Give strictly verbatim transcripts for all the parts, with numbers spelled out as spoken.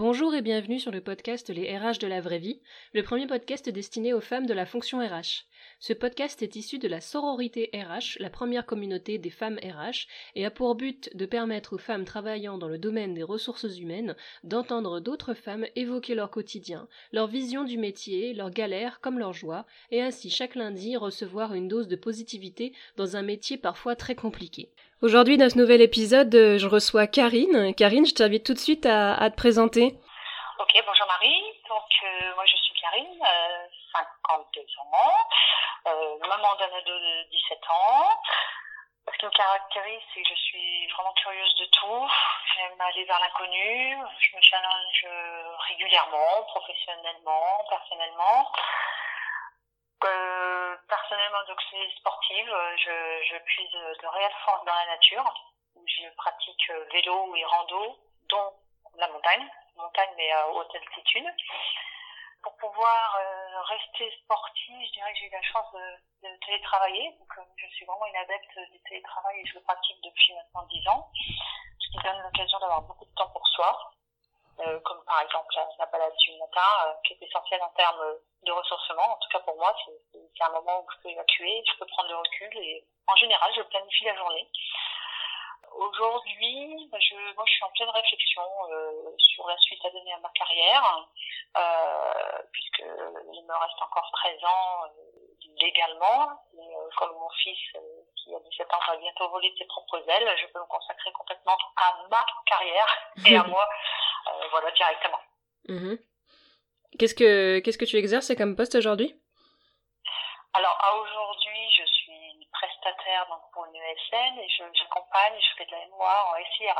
Bonjour et bienvenue sur le podcast Les R H de la vraie vie, le premier podcast destiné aux femmes de la fonction R H. Ce podcast est issu de la sororité R H, la première communauté des femmes R H, et a pour but de permettre aux femmes travaillant dans le domaine des ressources humaines d'entendre d'autres femmes évoquer leur quotidien, leur vision du métier, leurs galères comme leurs joies, et ainsi chaque lundi recevoir une dose de positivité dans un métier parfois très compliqué. Aujourd'hui, dans ce nouvel épisode, je reçois Karine. Karine, je t'invite tout de suite à, à te présenter. Ok, bonjour Marie. Donc, euh, moi je suis Karine, euh, cinquante-deux ans, euh, maman d'un ado de dix-sept ans. Ce qui me caractérise, c'est que je suis vraiment curieuse de tout. J'aime aller vers l'inconnu. Je me challenge régulièrement, professionnellement, personnellement. Euh, personnellement, donc c'est sportive, je, je puise de réelles forces dans la nature. Je pratique vélo et rando, dont la montagne, montagne mais à haute altitude. Pour pouvoir euh, rester sportive, je dirais que j'ai eu la chance de, de télétravailler. Donc, euh, je suis vraiment une adepte du télétravail et je le pratique depuis maintenant dix ans, ce qui donne l'occasion d'avoir beaucoup de temps pour soi. Euh, comme par exemple la, la balade du matin, euh, qui est essentielle en termes de ressourcement. En tout cas pour moi, c'est, c'est un moment où je peux évacuer, je peux prendre le recul et en général, je planifie la journée. Aujourd'hui, je, moi je suis en pleine réflexion euh, sur la suite à donner à ma carrière, euh, puisque il me reste encore treize ans euh, légalement. Et, euh, comme mon fils, euh, qui a dix-sept ans, va bientôt voler de ses propres ailes, je peux me consacrer complètement à ma carrière et à moi. Euh, voilà, directement. Mmh. Qu'est-ce que, qu'est-ce que tu exerces comme poste aujourd'hui ? Alors, à aujourd'hui, je suis prestataire donc, pour une E S N et je, j'accompagne, je fais de la M O A en S I R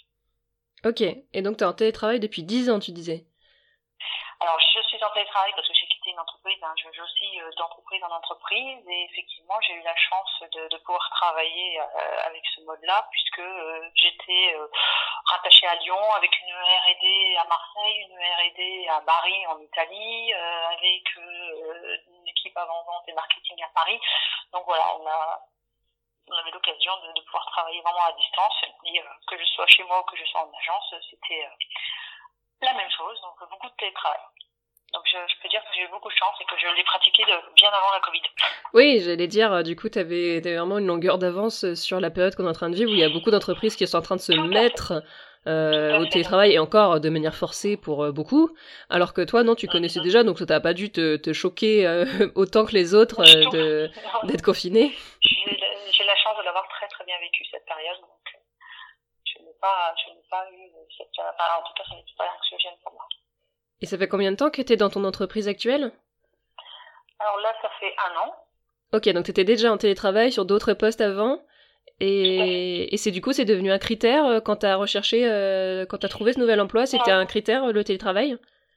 H. Ok, et donc tu es en télétravail depuis dix ans, tu disais ? Alors, je suis en télétravail parce que j'ai quitté une entreprise, hein. je, je suis euh, d'entreprise en entreprise et effectivement, j'ai eu la chance de, de pouvoir travailler euh, avec ce mode-là puisque euh, j'étais euh, rattachée à Lyon avec une R et D à Marseille, une R et D à Bari en Italie, euh, avec euh, une équipe avant-vente et marketing à Paris. Donc voilà, on a on avait l'occasion de, de pouvoir travailler vraiment à distance et euh, que je sois chez moi ou que je sois en agence, c'était euh, la même chose, donc beaucoup de télétravail. Donc je, je peux dire que j'ai eu beaucoup de chance et que je l'ai pratiqué de, bien avant la Covid. Oui, j'allais dire, du coup, tu avais vraiment une longueur d'avance sur la période qu'on est en train de vivre, où il y a beaucoup d'entreprises qui sont en train de se Tout mettre euh, au télétravail, et encore de manière forcée pour euh, beaucoup, alors que toi, non, tu connaissais mmh. déjà, donc ça t'a pas dû te, te choquer euh, autant que les autres euh, de, d'être confiné. J'ai, j'ai la chance de l'avoir très très bien vécu cette période, donc je n'ai pas, je n'ai pas eu cette, enfin, en tout cas, ça n'était pas anxiogène pour moi. Et ça fait combien de temps que t'es dans ton entreprise actuelle ? Alors là, ça fait un an. Ok, donc t'étais déjà en télétravail sur d'autres postes avant, et, et c'est du coup, c'est devenu un critère euh, quand t'as recherché, euh, quand t'as trouvé ce nouvel emploi, c'était Non. un critère, le télétravail ?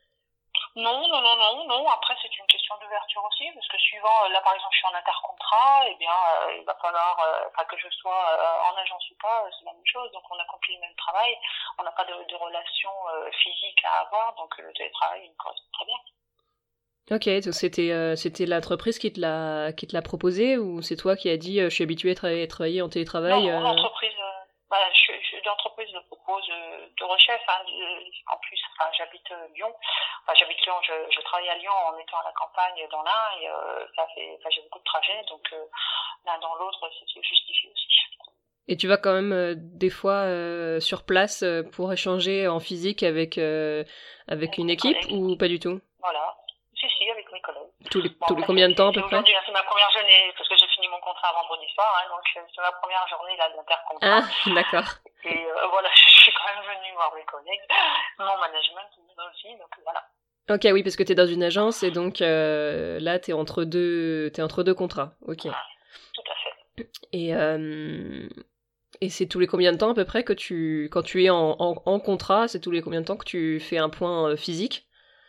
Non, non, non, non, non. Après, c'est une question d'ouverture aussi, parce que suivant, là par exemple, je suis en intercontrat, eh bien, euh, il va falloir, euh, enfin, que je sois euh, en agence ou pas, c'est la même chose. Donc, on accomplit le même travail, on n'a pas de, de relation euh, physique à avoir, donc le télétravail, il me correspond très bien. Ok, donc c'était euh, c'était l'entreprise qui te l'a qui te l'a proposé, ou c'est toi qui as dit euh, je suis habituée à travailler, travailler en télétravail Non, euh... l'entreprise, euh, bah, je, je, l'entreprise me propose euh, de recherche. Hein, de, en plus, enfin, j'habite euh, Lyon. Enfin, j'habite Lyon. Je, je travaille à Lyon en étant à la campagne dans l'Ain et euh, ça fait, enfin, j'ai beaucoup de trajets, donc euh, l'un dans l'autre, c'est justifié aussi. Et tu vas quand même euh, des fois euh, sur place euh, pour échanger en physique avec euh, avec Avec une mes équipe, collègues. ou pas du tout ? Voilà. Si, si, avec mes collègues. Tous les Bon, tous les après, combien de c'est, temps à c'est peu près ? aujourd'hui, hein, c'est ma première journée, parce que j'ai fini mon contrat vendredi soir, hein, donc c'est ma première journée là d'intercontrat. Ah, d'accord. Et euh, voilà, je suis quand même venue voir mes collègues, mon management aussi, donc voilà. Ok, oui, parce que t'es dans une agence et donc euh, là t'es entre deux t'es entre deux contrats. Ok. Tout à fait. Et euh, et c'est tous les combien de temps à peu près que tu quand tu es en, en, en contrat, c'est tous les combien de temps que tu fais un point euh, physique ?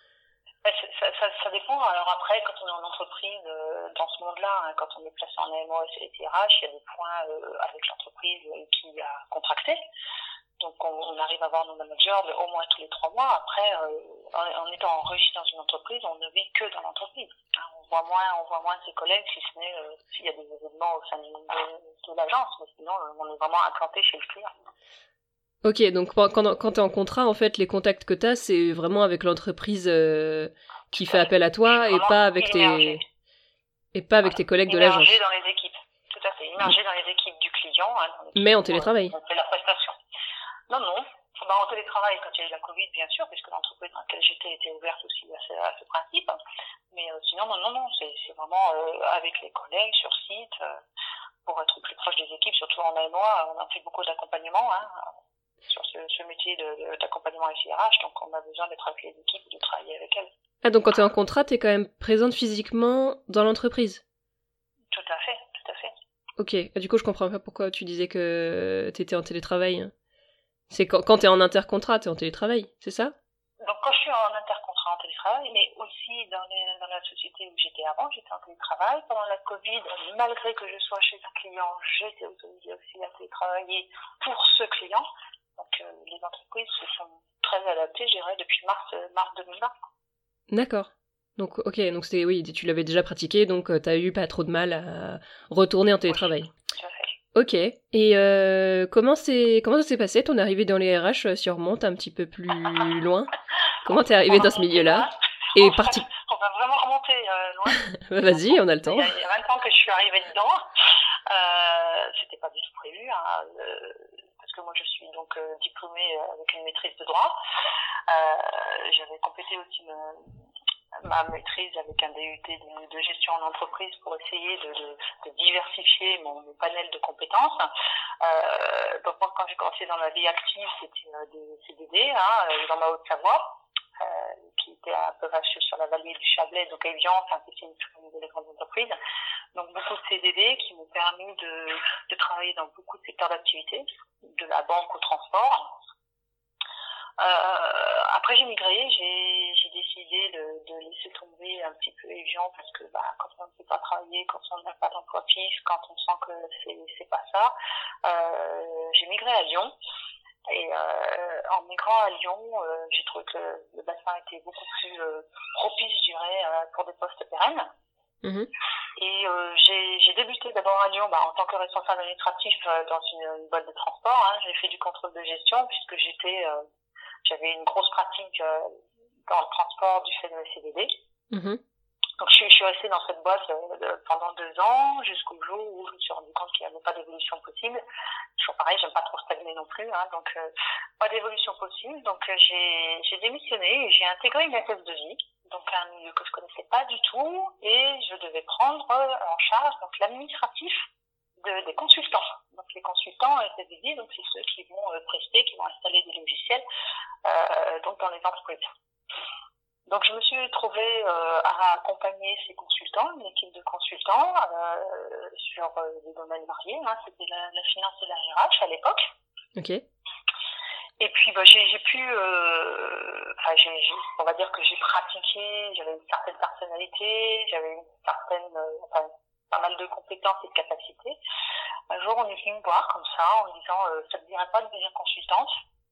Ça, ça, ça dépend. Alors après, quand on est en entreprise, euh, dans ce monde-là, hein, quand on est placé en A M O S et R H, il y a des points euh, avec l'entreprise euh, qui a contracté. Donc on, on arrive à voir nos managers de, au moins tous les trois mois. Après, euh, en, en étant enrichi dans une entreprise, on ne vit que dans l'entreprise. Hein, on voit moins, on voit moins ses collègues, si ce n'est euh, s'il y a des événements au sein de, de, de l'agence, mais sinon euh, on est vraiment implanté chez le client. Ok, donc quand, quand tu es en contrat, en fait, les contacts que tu as, c'est vraiment avec l'entreprise euh, qui fait appel à toi et pas avec tes et pas avec voilà. tes collègues de l'agence. Immergé dans les équipes, tout à fait, immergé dans les équipes du client, hein, dans Mais en où, télétravail. on fait la prestation. Non, non. Bah, en télétravail, quand il y a eu la Covid, bien sûr, puisque l'entreprise dans laquelle j'étais était ouverte aussi à ce, à ce principe. Mais euh, sinon, non, non, non, c'est, c'est vraiment euh, avec les collègues sur site, euh, pour être plus proche des équipes, surtout en A M O A, on a fait beaucoup d'accompagnement hein, sur ce, ce métier de, de, d'accompagnement S I R H, donc on a besoin d'être avec les équipes et de travailler avec elles. Ah, donc quand tu es en contrat, tu es quand même présente physiquement dans l'entreprise. Tout à fait, tout à fait. Ok, et du coup, je comprends pas pourquoi tu disais que tu étais en télétravail. C'est quand, quand tu es en intercontrat, tu es en télétravail, c'est ça? Donc quand je suis en intercontrat en télétravail, mais aussi dans, les, dans la société où j'étais avant, j'étais en télétravail. Pendant la Covid, malgré que je sois chez un client, j'étais autorisée aussi à télétravailler pour ce client. Donc euh, les entreprises se sont très adaptées, je dirais, depuis mars, mars deux mille vingt. D'accord. Donc ok, donc c'est oui, tu l'avais déjà pratiqué, donc euh, t'as eu pas trop de mal à retourner en télétravail. Oui, tout à fait. Ok. Et euh, comment c'est comment ça s'est passé ton arrivée dans les R H si on remonte un petit peu plus loin? Comment t'es arrivée dans ce milieu-là? Et on, parti... va, on va vraiment remonter euh, loin. Bah, vas-y, on a le temps. Il y a, il y a vingt ans que je suis arrivée dedans. Euh, c'était pas du tout prévu, hein, euh, parce que moi je suis donc euh, diplômée avec une maîtrise de droit. Euh, j'avais complété aussi me, ma maîtrise avec un D U T de, de gestion en entreprise pour essayer de, de, de diversifier mon, mon panel de compétences. Euh, donc moi, quand j'ai commencé dans la vie active, c'était euh, des C D D hein, dans ma Haute-Savoie, euh, qui était un peu vache sur la vallée du Chablais, donc Evian, Saint-Étienne, au niveau des grandes entreprises. Donc beaucoup de C D D qui m'ont permis de, de travailler dans beaucoup de secteurs d'activité, de la banque au transport. Euh, après j'ai migré, j'ai, j'ai décidé de, de laisser tomber un petit peu Evian parce que bah, quand on ne peut pas travailler, quand on n'a pas d'emploi fixe, quand on sent que c'est, c'est pas ça, euh, j'ai migré à Lyon. Et euh, en migrant à Lyon, euh, j'ai trouvé que le bassin était beaucoup plus euh, propice, je dirais, euh, pour des postes pérennes. Mmh. Et euh, j'ai, j'ai débuté d'abord à Lyon bah, en tant que responsable administratif euh, dans une, une boîte de transport. Hein. J'ai fait du contrôle de gestion puisque j'étais, euh, j'avais une grosse pratique euh, dans le transport du fait de mes C D D. Mmh. Donc je suis, je suis restée dans cette boîte euh, pendant deux ans jusqu'au jour où je me suis rendu compte qu'il n'y avait pas d'évolution possible. Toujours pareil, j'aime pas trop stagner non plus, hein, donc euh, pas d'évolution possible. Donc euh, j'ai, j'ai démissionné et j'ai intégré une S S deux I, donc un milieu que je connaissais pas du tout, et je devais prendre en charge donc l'administratif de, des consultants. Donc les consultants S S deux I, donc c'est ceux qui vont euh, prester, qui vont installer des logiciels euh, donc dans les entreprises. Donc je me suis trouvée euh, à accompagner ces consultants, une équipe de consultants euh, sur euh, des domaines variés. Hein. C'était la, la finance et la R H à l'époque. Ok. Et puis bah, j'ai, j'ai pu, euh, enfin j'ai, j'ai, on va dire que j'ai pratiqué, j'avais une certaine personnalité, j'avais une certaine, euh, enfin pas mal de compétences et de capacités. Un jour on est venu me voir comme ça en me disant euh, ça te dirait pas de devenir consultante?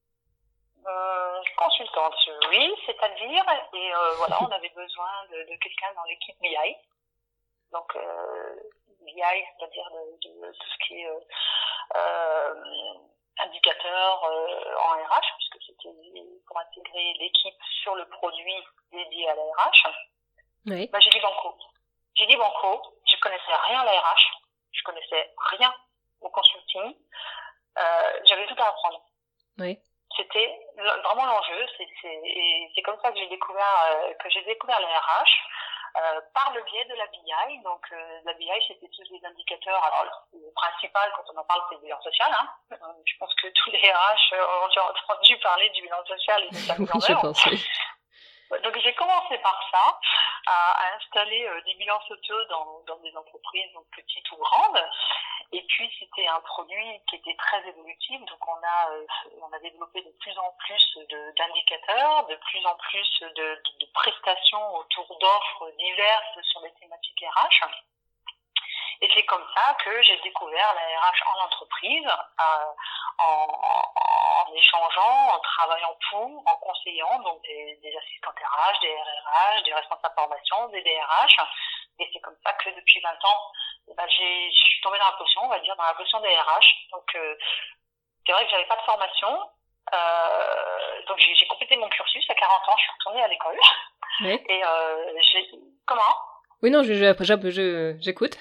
Euh, consultante, oui, c'est-à-dire, et euh, voilà, on avait besoin de, de quelqu'un dans l'équipe B I. Donc, euh, B I, c'est-à-dire de, de, de tout ce qui est euh, euh, indicateur euh, en R H, puisque c'était pour intégrer l'équipe sur le produit dédié à la R H. Oui. Bah, j'ai dit banco. J'ai dit banco, je connaissais rien à la R H, je connaissais rien au consulting, euh, j'avais tout à apprendre. Oui. C'était vraiment l'enjeu, c'est, c'est, et c'est comme ça que j'ai découvert, euh, que j'ai découvert la R H, euh, par le biais de la B I. Donc, euh, la B I, c'était tous les indicateurs. Alors, le principal, quand on en parle, c'est le bilan social, hein. Euh, je pense que tous les R H ont déjà entendu parler du bilan social et de sa mise en œuvre. Je pense, oui. Donc, j'ai commencé par ça, à, à installer euh, des bilans sociaux dans, dans des entreprises, donc petites ou grandes. Et puis, c'était un produit qui était très évolutif. Donc, on a, euh, on a développé de plus en plus de, d'indicateurs, de plus en plus de, de, de prestations autour d'offres diverses sur les thématiques R H. Et c'est comme ça que j'ai découvert la R H en entreprise, euh, en, en, en échangeant, en travaillant pour, en conseillant, donc des, des assistantes R H, des R R H, des responsables formation, des D R H. Et c'est comme ça que depuis vingt ans, eh ben, j'ai, je suis tombée dans la potion, on va dire, dans la potion des R H. Donc, euh, c'est vrai que j'avais pas de formation. Euh, donc j'ai, j'ai complété mon cursus à quarante ans, je suis retournée à l'école. Oui. Et euh, j'ai... Comment? Oui, non, je, je, je, je, j'écoute.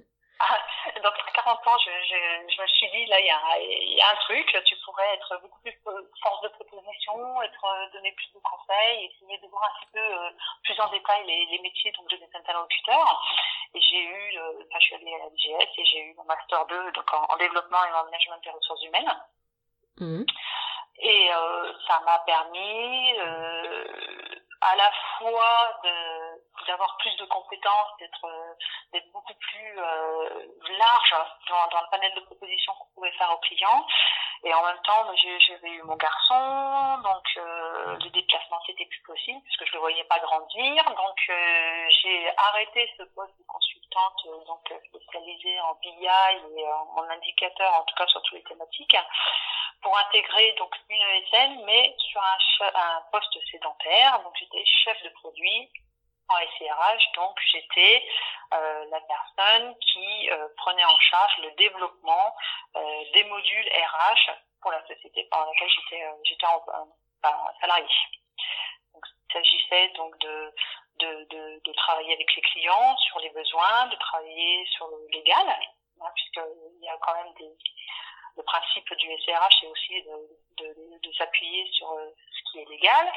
Donc à quarante ans, je, je, je me suis dit, là, il y a, il y a un truc, tu pourrais être beaucoup plus force de proposition, être, donner plus de conseils, essayer de voir un petit peu euh, plus en détail les, les métiers donc, de mes interlocuteurs. Et j'ai eu, euh, enfin, je suis allée à la D G S et j'ai eu mon master deux donc en, en développement et en management des ressources humaines. Mmh. Et euh, ça m'a permis euh, à la fois de, d'avoir plus de compétences, d'être, d'être beaucoup plus euh, large dans, dans le panel de propositions qu'on pouvait faire aux clients. Et en même temps, j'ai, j'avais eu mon garçon, donc euh, les déplacements c'était plus possible puisque je le voyais pas grandir. Donc euh, j'ai arrêté ce poste de consultante euh, donc spécialisée en B I et en, en indicateur, en tout cas sur toutes les thématiques, pour intégrer donc une E S N, mais sur un, un poste sédentaire. Donc j'étais chef de produit en S I R H, donc j'étais euh, la personne qui euh, prenait en charge le développement euh, des modules R H pour la société par laquelle j'étais euh, j'étais en, en salarié. Donc il s'agissait donc de de, de de travailler avec les clients sur les besoins, de travailler sur le légal, hein, puisqu'il y a quand même des le principe du S I R H, c'est aussi de, de, de, de s'appuyer sur euh, ce qui est légal.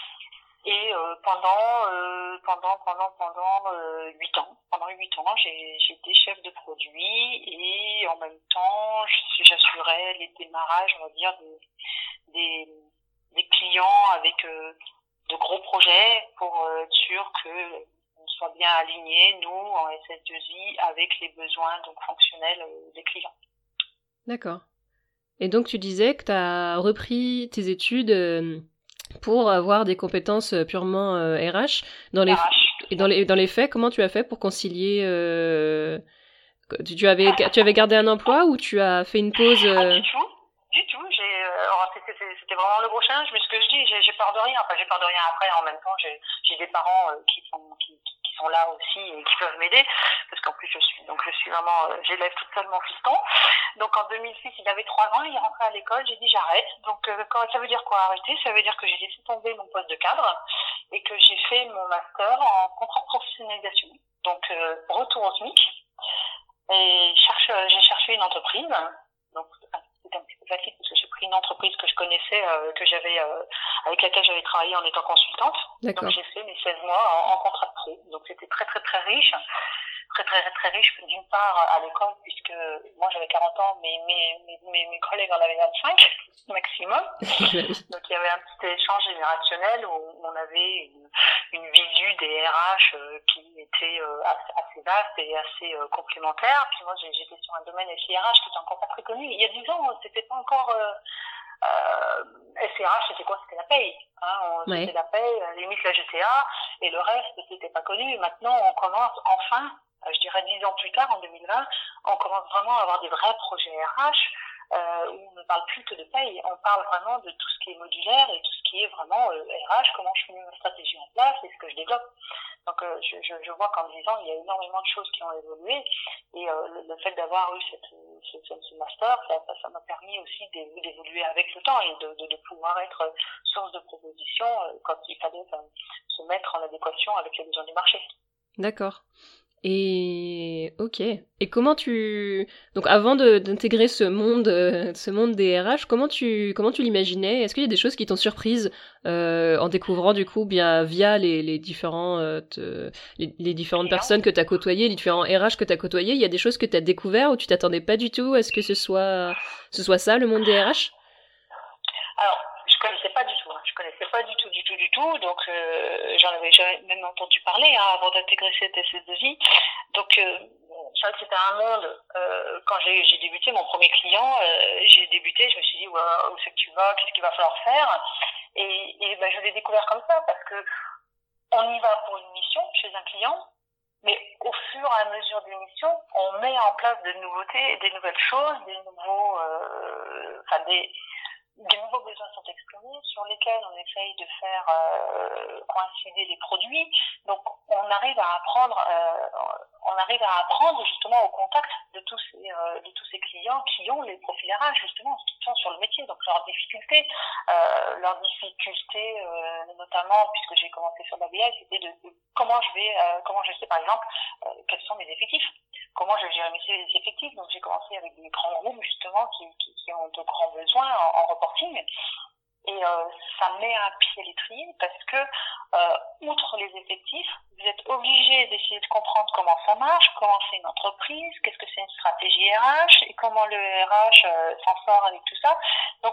Et euh, pendant euh, pendant pendant pendant euh, huit ans, pendant huit ans, j'ai j'étais chef de produit et en même temps, j'assurais les démarrages, on va dire, des des, des clients avec euh, de gros projets pour euh, être sûr que on soit bien alignés, nous en S S deux I, avec les besoins donc fonctionnels euh, des clients. D'accord. Et donc tu disais que tu as repris tes études euh, pour avoir des compétences purement euh, R H. Dans les, R H. Et dans les, dans les faits, comment tu as fait pour concilier euh, tu, tu, avais, tu avais gardé un emploi ou tu as fait une pause euh... Ah, du tout. Du tout. J'ai, alors, c'était, c'était vraiment le gros challenge, mais ce que je dis, j'ai, j'ai peur de rien. Enfin, j'ai peur de rien après. En même temps, j'ai, j'ai des parents euh, qui sont qui, qui sont là aussi et qui peuvent m'aider, parce qu'en plus je suis donc je suis vraiment, euh, j'élève toute seule mon fiston. Donc en deux mille six, il avait trois ans, il est rentré à l'école. J'ai dit j'arrête. Donc euh, quand, ça veut dire quoi arrêter? Ça veut dire que j'ai laissé tomber mon poste de cadre et que j'ai fait mon master en contrat de professionnalisation. Donc euh, retour au SMIC. Et cherche, j'ai cherché une entreprise. Donc c'était un petit peu facile parce que j'ai pris une entreprise que je connaissais, euh, que j'avais, euh, avec laquelle j'avais travaillé en étant consultante. D'accord. Donc j'ai fait mes seize mois en, en contrat de pro. Donc c'était très très très riche, très très très riche d'une part à l'école puisque moi j'avais quarante ans, mais mes mes mes, mes collègues en avaient vingt-cinq maximum. Donc il y avait un petit échange générationnel où on avait une, une visu des R H euh, qui était euh, assez vaste et assez euh, complémentaire. Puis moi j'étais sur un domaine S I R H qui était encore pas très connu. Il y a dix ans, c'était pas encore euh, euh, S I R H, c'était quoi? C'était la paye. Hein, on, ouais. C'était la paye, à la limite la G T A, et le reste c'était pas connu. Et maintenant on commence enfin, je dirais dix ans plus tard, en deux mille vingt, on commence vraiment à avoir des vrais projets R H. Euh, où on ne parle plus que de paye, on parle vraiment de tout ce qui est modulaire et tout ce qui est vraiment euh, R H, comment je mets ma stratégie en place et ce que je développe. Donc euh, je, je, je vois qu'en dix ans, il y a énormément de choses qui ont évolué et euh, le, le fait d'avoir eu cette, ce, ce master, ça, ça m'a permis aussi d'évoluer avec le temps et de, de, de pouvoir être source de proposition quand il fallait enfin, se mettre en adéquation avec les besoins du marché. D'accord. Et ok. Et comment tu donc avant de, d'intégrer ce monde, euh, ce monde des R H, comment tu comment tu l'imaginais? Est-ce qu'il y a des choses qui t'ont surprise euh, en découvrant du coup bien via les les différents euh, te, les, les différentes personnes que t'as côtoyées, les différents R H que t'as côtoyés? Il y a des choses que t'as découvert où tu t'attendais pas du tout à ce que ce soit ce soit ça le monde des R H? Alors je connaissais pas du tout, hein. je connaissais pas du tout, du tout, du tout. Donc euh, j'en avais jamais même entendu parler hein, avant d'intégrer cette S S deux I. Donc euh, ça c'était un monde. Euh, quand j'ai, j'ai débuté mon premier client, euh, j'ai débuté, je me suis dit ouais, où c'est que tu vas, qu'est-ce qu'il va falloir faire. Et, et ben je l'ai découvert comme ça parce que on y va pour une mission chez un client. Mais au fur et à mesure des missions, on met en place de nouveautés, des nouvelles choses, des nouveaux, euh, enfin des des nouveaux besoins sont exprimés sur lesquels on essaye de faire euh, coïncider les produits. Donc on arrive à apprendre euh, on arrive à apprendre justement au contact de tous ces, euh, de tous ces clients qui ont les profils R H, justement, qui sont sur le métier, donc leurs difficultés, euh, leurs difficultés, euh, notamment, puisque j'ai commencé sur la B I, c'était de, de comment je vais, euh, comment je sais par exemple, euh, quels sont mes effectifs, comment je vais gérer mes effectifs. Donc j'ai commencé avec des grands groupes justement qui, qui, qui ont de grands besoins en, en reporting. Et euh, ça met un pied à l'étrier parce que, euh, outre les effectifs, vous êtes obligé d'essayer de comprendre comment ça marche, comment c'est une entreprise, qu'est-ce que c'est une stratégie R H et comment le R H euh, s'en sort avec tout ça. Donc,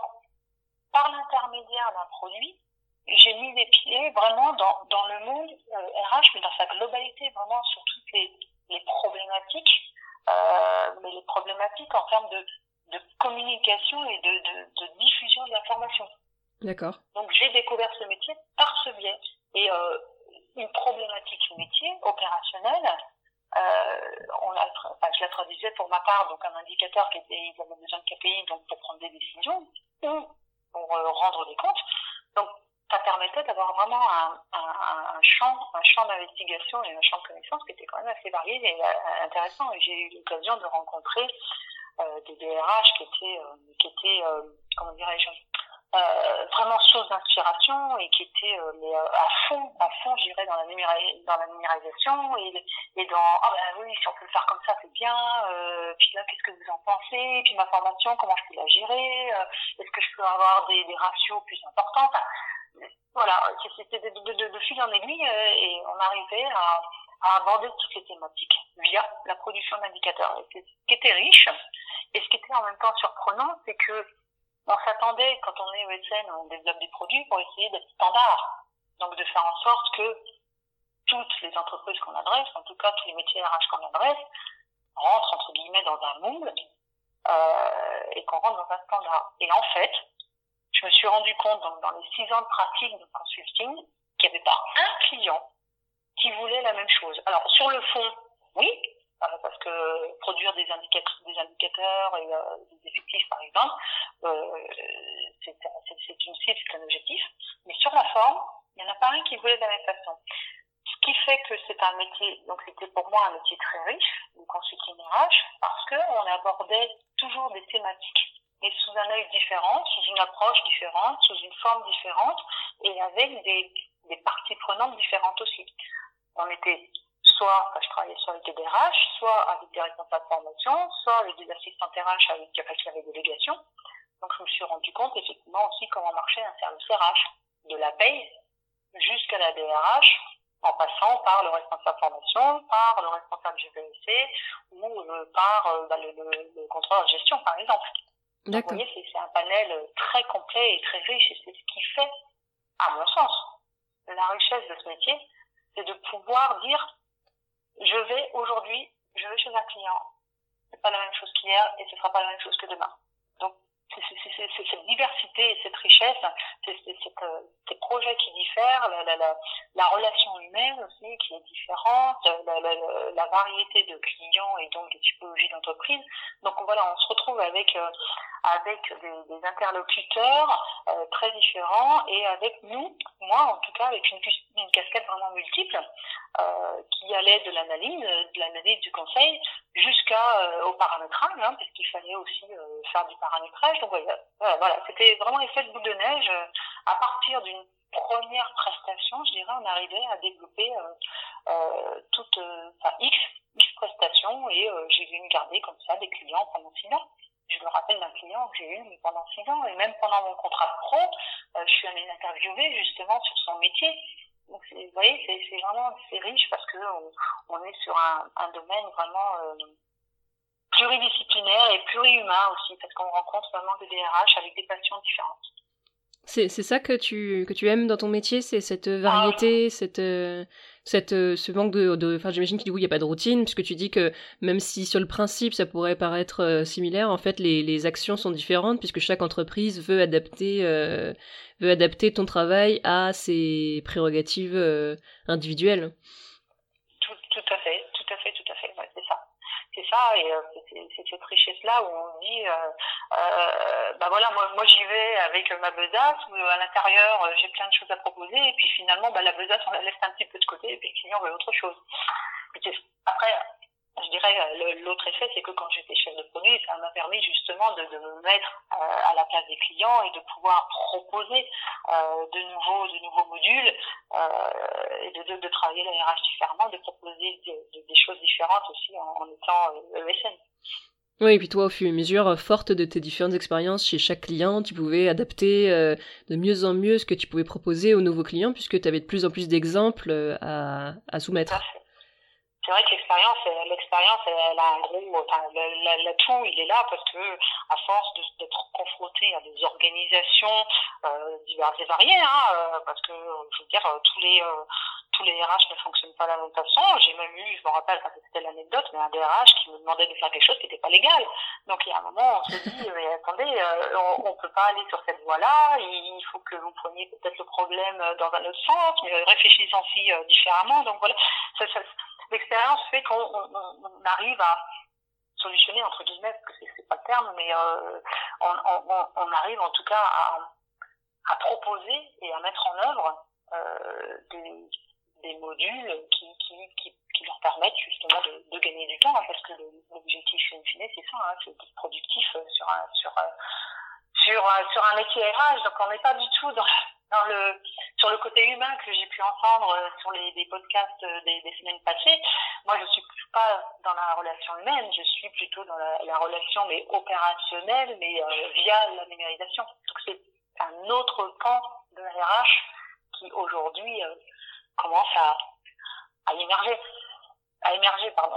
par l'intermédiaire d'un produit, j'ai mis les pieds vraiment dans, dans le monde euh, R H, mais dans sa globalité, vraiment sur toutes les, les problématiques, euh, mais les problématiques en termes de, de communication et de, de, de diffusion de l'information. D'accord. Donc j'ai découvert ce métier par ce biais. Et euh, une problématique métier opérationnelle, euh, on a, enfin, je la traduisais pour ma part, donc un indicateur qui était, ils avaient besoin de K P I donc pour prendre des décisions ou pour euh, rendre des comptes. Donc ça permettait d'avoir vraiment un, un, un champ, un champ d'investigation et un champ de connaissances qui était quand même assez varié et euh, intéressant. Et j'ai eu l'occasion de rencontrer euh, des D R H qui étaient, euh, qui étaient, euh, comment dirais-je, Euh, vraiment source d'inspiration et qui était euh, mais, euh, à fond, à fond, je dirais, dans la numéri- dans la numérisation et, et dans ah ben oui, si on peut le faire comme ça, c'est bien. Euh, puis là, qu'est-ce que vous en pensez? Puis ma formation, comment je peux la gérer? euh, Est-ce que je peux avoir des, des ratios plus importants? Enfin, voilà, c'était de, de, de, de fil en aiguille euh, et on arrivait à, à aborder toutes les thématiques via la production d'indicateurs. Et ce qui était riche et ce qui était en même temps surprenant, c'est que on s'attendait, quand on est E S N, on développe des produits pour essayer d'être standard. Donc de faire en sorte que toutes les entreprises qu'on adresse, en tout cas tous les métiers R H qu'on adresse, rentrent entre guillemets dans un moule euh, et qu'on rentre dans un standard. Et en fait, je me suis rendu compte donc, dans les six ans de pratique de consulting qu'il n'y avait pas un client qui voulait la même chose. Alors sur le fond, oui, parce que produire des indicateurs, des indicateurs et euh, des effectifs, par exemple, euh, c'est, c'est, c'est une cible, c'est un objectif. Mais sur la forme, il n'y en a pas un qui voulait de la même façon. Ce qui fait que c'est un métier, donc c'était pour moi un métier très riche, le consulting R H, parce qu'on abordait toujours des thématiques, et sous un œil différent, sous une approche différente, sous une forme différente, et avec des, des parties prenantes différentes aussi. On était soit, enfin, je travaillais soit avec des D R H, soit avec des responsables de formation, soit avec des assistants R H avec qui il y avait délégation. Donc je me suis rendu compte effectivement aussi comment marchait un service R H, de la paye jusqu'à la D R H, en passant par le responsable de formation, par le responsable G P S C ou euh, par euh, bah, le, le, le contrôleur de gestion par exemple. Donc vous voyez, c'est, c'est un panel très complet et très riche et c'est ce qui fait, à mon sens, la richesse de ce métier, c'est de pouvoir dire je vais aujourd'hui, je vais chez un client, c'est pas la même chose qu'hier et ce sera pas la même chose que demain. Donc c'est, c'est, c'est, c'est cette diversité et cette richesse, c'est, c'est, c'est euh, ces projets qui diffèrent, la, la, la, la relation humaine aussi qui est différente, la, la, la, la variété de clients et donc de typologies d'entreprises. Donc voilà, on se retrouve avec euh, avec des, des interlocuteurs euh, très différents et avec nous, moi en tout cas avec une, une casquette vraiment multiple euh, qui allait de l'analyse, de l'analyse du conseil jusqu'à euh, au paramétrage, hein, parce qu'il fallait aussi euh, faire du paramétrage. Donc voilà, voilà, voilà, c'était vraiment effet de boule de neige. Euh, à partir d'une première prestation, je dirais, on arrivait à développer euh, euh, toute, euh, enfin X, X prestations et euh, j'ai vu me garder comme ça des clients pendant six ans. Je me rappelle d'un client que j'ai eu pendant six ans et même pendant mon contrat pro, euh, je suis allée l'interviewer justement sur son métier. Donc c'est, vous voyez, c'est, c'est vraiment c'est riche parce que on, on est sur un, un domaine vraiment euh, pluridisciplinaire et plurihumain aussi parce qu'on rencontre vraiment des D R H avec des passions différentes. C'est, c'est ça que tu, que tu aimes dans ton métier, c'est cette variété, ah. cette, cette, ce manque de, de, enfin, j'imagine qu'il n'y a pas de routine, puisque tu dis que même si sur le principe ça pourrait paraître euh, similaire, en fait, les, les actions sont différentes, puisque chaque entreprise veut adapter, euh, veut adapter ton travail à ses prérogatives euh, individuelles. Tout, tout à fait, tout à fait, tout à fait, ouais, c'est ça. C'est ça, et euh, c'est, c'est cette richesse-là où on dit, euh, euh, bah voilà, moi, moi j'y vais avec ma besace, où à l'intérieur j'ai plein de choses à proposer, et puis finalement, bah la besace on la laisse un petit peu de côté, et puis le client veut autre chose. Et après, je dirais, l'autre effet, c'est que quand j'étais chef de produit, ça m'a permis justement de, de me mettre euh, à la place des clients et de pouvoir proposer euh, de nouveaux, de nouveaux modules euh, et de, de, de travailler la R H différemment, de proposer de, de, des choses différentes aussi en, en étant E S N. Oui, et puis toi, au fur et à mesure, forte de tes différentes expériences chez chaque client, tu pouvais adapter euh, de mieux en mieux ce que tu pouvais proposer aux nouveaux clients, puisque tu avais de plus en plus d'exemples à, à soumettre. C'est vrai que l'expérience, l'expérience, elle a un gros, enfin, l'atout, il est là parce que, à force de, d'être confronté à des organisations euh, diverses et variées, hein, euh, parce que, je veux dire, tous les euh, tous les R H ne fonctionnent pas de la même façon. J'ai même eu, je me rappelle, enfin, c'était l'anecdote, mais un D R H qui me demandait de faire quelque chose qui n'était pas légal. Donc, il y a un moment, on se dit, mais attendez, euh, on, on peut pas aller sur cette voie-là. Il faut que vous preniez peut-être le problème dans un autre sens, mais réfléchissons-y euh, différemment. Donc voilà, ça, ça, l'expérience fait qu'on on, on arrive à solutionner, entre guillemets, parce que c'est, c'est pas le terme, mais euh, on, on, on arrive en tout cas à, à proposer et à mettre en œuvre euh, des, des modules qui, qui, qui, qui leur permettent justement de, de gagner du temps, hein, parce que l'objectif in fine, c'est ça, hein, c'est d'être productif sur un, sur, sur, sur un métier R H, donc on n'est pas du tout dans Dans le, sur le côté humain que j'ai pu entendre sur les, les podcasts des, des semaines passées. Moi, je suis pas dans la relation humaine, je suis plutôt dans la, la relation mais opérationnelle, mais euh, via la numérisation. Donc c'est un autre pan de la R H qui aujourd'hui euh, commence à, à émerger, à émerger, pardon.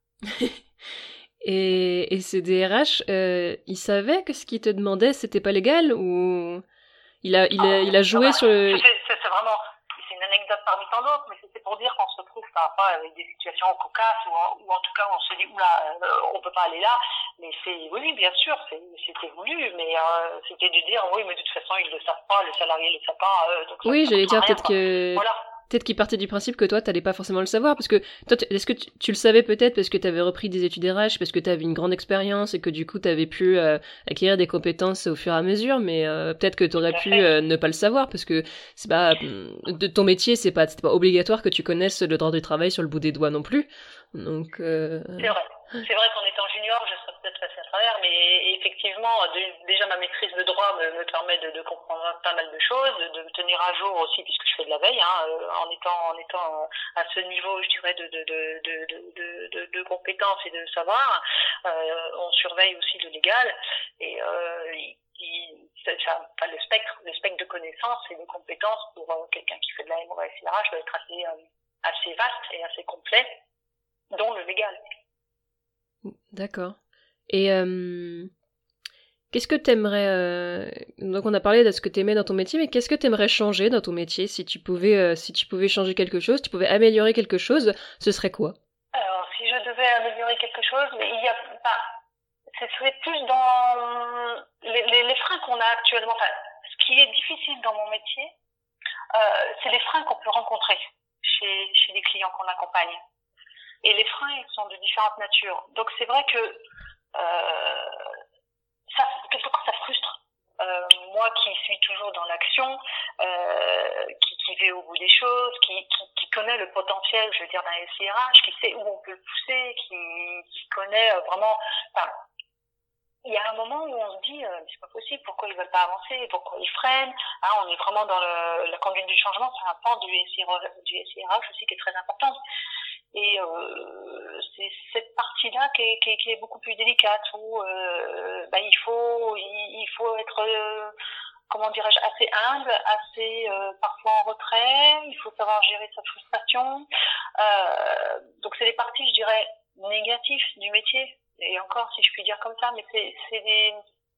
et, et ces D R H, euh, ils savaient que ce qu'ils te demandaient, c'était pas légal ou il a, il a, il a joué ah, sur le... C'est, c'est, c'est vraiment, c'est une anecdote parmi tant d'autres, mais c'est pour dire qu'on se retrouve parfois avec des situations cocasses où, en, où en tout cas on se dit, oula, euh, on peut pas aller là, mais c'est, oui, bien sûr, c'est, c'était voulu, mais euh, c'était de dire, oui, mais de toute façon, ils le savent pas, le salarié le sait pas, euh, donc ça, Oui, ça j'allais dire rien, peut-être quoi. que... Voilà. Peut-être qu'il partait du principe que toi, t'allais pas forcément le savoir, parce que toi, est-ce que tu, tu le savais peut-être parce que t'avais repris des études R H, parce que t'avais une grande expérience et que du coup t'avais pu euh, acquérir des compétences au fur et à mesure, mais euh, peut-être que t'aurais pu euh, ne pas le savoir parce que c'est pas de ton métier, c'est pas, c'est pas obligatoire que tu connaisses le droit du travail sur le bout des doigts non plus. Donc euh... c'est vrai. C'est vrai qu'en étant junior, je serais peut-être passé à travers, mais effectivement, de, déjà ma maîtrise de droit me, me permet de, de comprendre pas mal de choses, de, de me tenir à jour aussi, puisque je fais de la veille, hein, en étant en étant à ce niveau, je dirais, de de de de de, de, de compétences et de savoir. Euh, on surveille aussi le légal et euh, il, il, ça, ça, enfin, le spectre, le spectre de connaissances et de compétences pour euh, quelqu'un qui fait de la M O S R H doit être assez euh, assez vaste et assez complet, dont le légal. D'accord. Et euh, qu'est-ce que t'aimerais... Euh... Donc on a parlé de ce que t'aimais dans ton métier, mais qu'est-ce que t'aimerais changer dans ton métier si tu pouvais, euh, si tu pouvais changer quelque chose, tu pouvais améliorer quelque chose, ce serait quoi? Alors, si je devais améliorer quelque chose, mais il y a... Enfin, ce serait plus dans les, les, les freins qu'on a actuellement. Enfin, ce qui est difficile dans mon métier, euh, c'est les freins qu'on peut rencontrer chez, chez les clients qu'on accompagne. Et les freins, ils sont de différentes natures. Donc c'est vrai que euh, ça, quelque part, ça frustre. Euh, moi qui suis toujours dans l'action, euh, qui, qui vais au bout des choses, qui, qui, qui connaît le potentiel, je veux dire, d'un S I R H, qui sait où on peut le pousser, qui, qui connaît vraiment... Enfin, il y a un moment où on se dit, euh, c'est pas possible, pourquoi ils veulent pas avancer, pourquoi ils freinent. Hein, on est vraiment dans le, la conduite du changement, c'est un pan du S I R H, du S I R H aussi qui est très important. Et euh, c'est cette partie-là qui est, qui est, qui est beaucoup plus délicate, où euh, bah, il faut il, il faut être euh, comment dirais-je, assez humble, assez euh, parfois en retrait. Il faut savoir gérer sa frustration. Euh, donc c'est des parties, je dirais, négatives du métier. Et encore, si je puis dire comme ça, mais c'est c'est des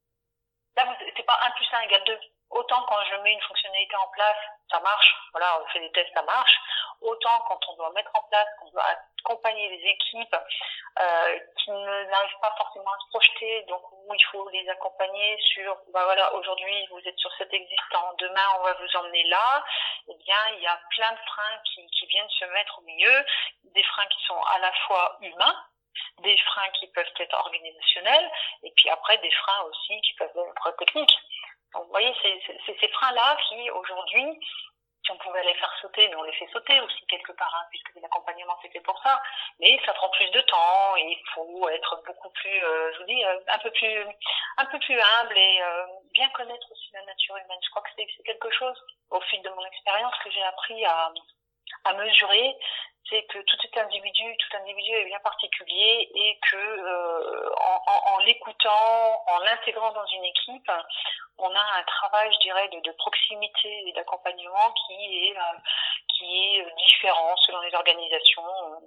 là c'est pas un plus un égale deux. Autant quand je mets une fonctionnalité en place, ça marche. Voilà, on fait des tests, ça marche. Autant quand on doit mettre en place, qu'on doit accompagner les équipes euh, qui ne, n'arrivent pas forcément à se projeter, donc où il faut les accompagner sur, bah voilà, aujourd'hui vous êtes sur cet existant, demain on va vous emmener là. Eh bien, il y a plein de freins qui, qui viennent se mettre au milieu, des freins qui sont à la fois humains, des freins qui peuvent être organisationnels, et puis après des freins aussi qui peuvent être techniques. Donc vous voyez, c'est, c'est, c'est ces freins-là qui aujourd'hui si on pouvait les faire sauter, mais on les fait sauter aussi quelque part, hein, puisque l'accompagnement c'était pour ça. Mais ça prend plus de temps et il faut être beaucoup plus, euh, je vous dis, euh, un peu plus, un peu plus humble et euh, bien connaître aussi la nature humaine. Je crois que c'est, c'est quelque chose, au fil de mon expérience, que j'ai appris à, à mesurer. C'est que tout individu, tout individu est bien particulier et que euh, en, en, en l'écoutant, en l'intégrant dans une équipe, on a un travail, je dirais, de, de proximité et d'accompagnement qui est euh, qui est différent selon les organisations.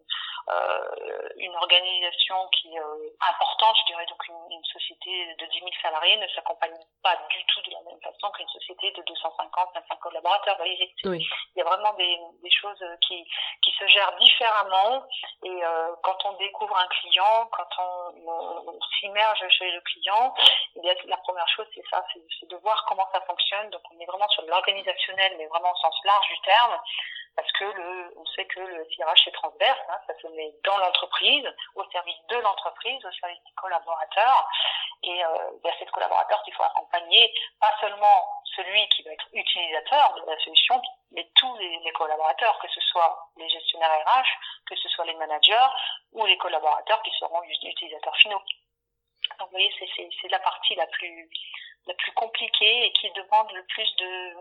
Euh, une organisation qui est euh, importante, je dirais, donc une, une société de dix mille salariés ne s'accompagne pas du tout de la même façon qu'une société de deux cent cinquante, vingt-cinq collaborateurs. Vous voyez, oui. Il y a vraiment des, des choses qui, qui se gèrent différemment et euh, quand on découvre un client, quand on, on, on s'immerge chez le client, eh bien, la première chose c'est ça, c'est, c'est de voir comment ça fonctionne. Donc on est vraiment sur l'organisationnel, mais vraiment au sens large du terme, parce que le, on sait que le S I R H est transverse, hein, ça se met dans l'entreprise, au service de l'entreprise, au service des collaborateurs, et euh, il y a ces collaborateurs qu'il faut accompagner, pas seulement celui qui va être utilisateur de la solution, mais tous les, les collaborateurs, que ce soit les gestionnaires R H, que ce soit les managers ou les collaborateurs qui seront utilisateurs finaux. Donc vous voyez, c'est, c'est, c'est la partie la plus la plus compliquée et qui demande le plus de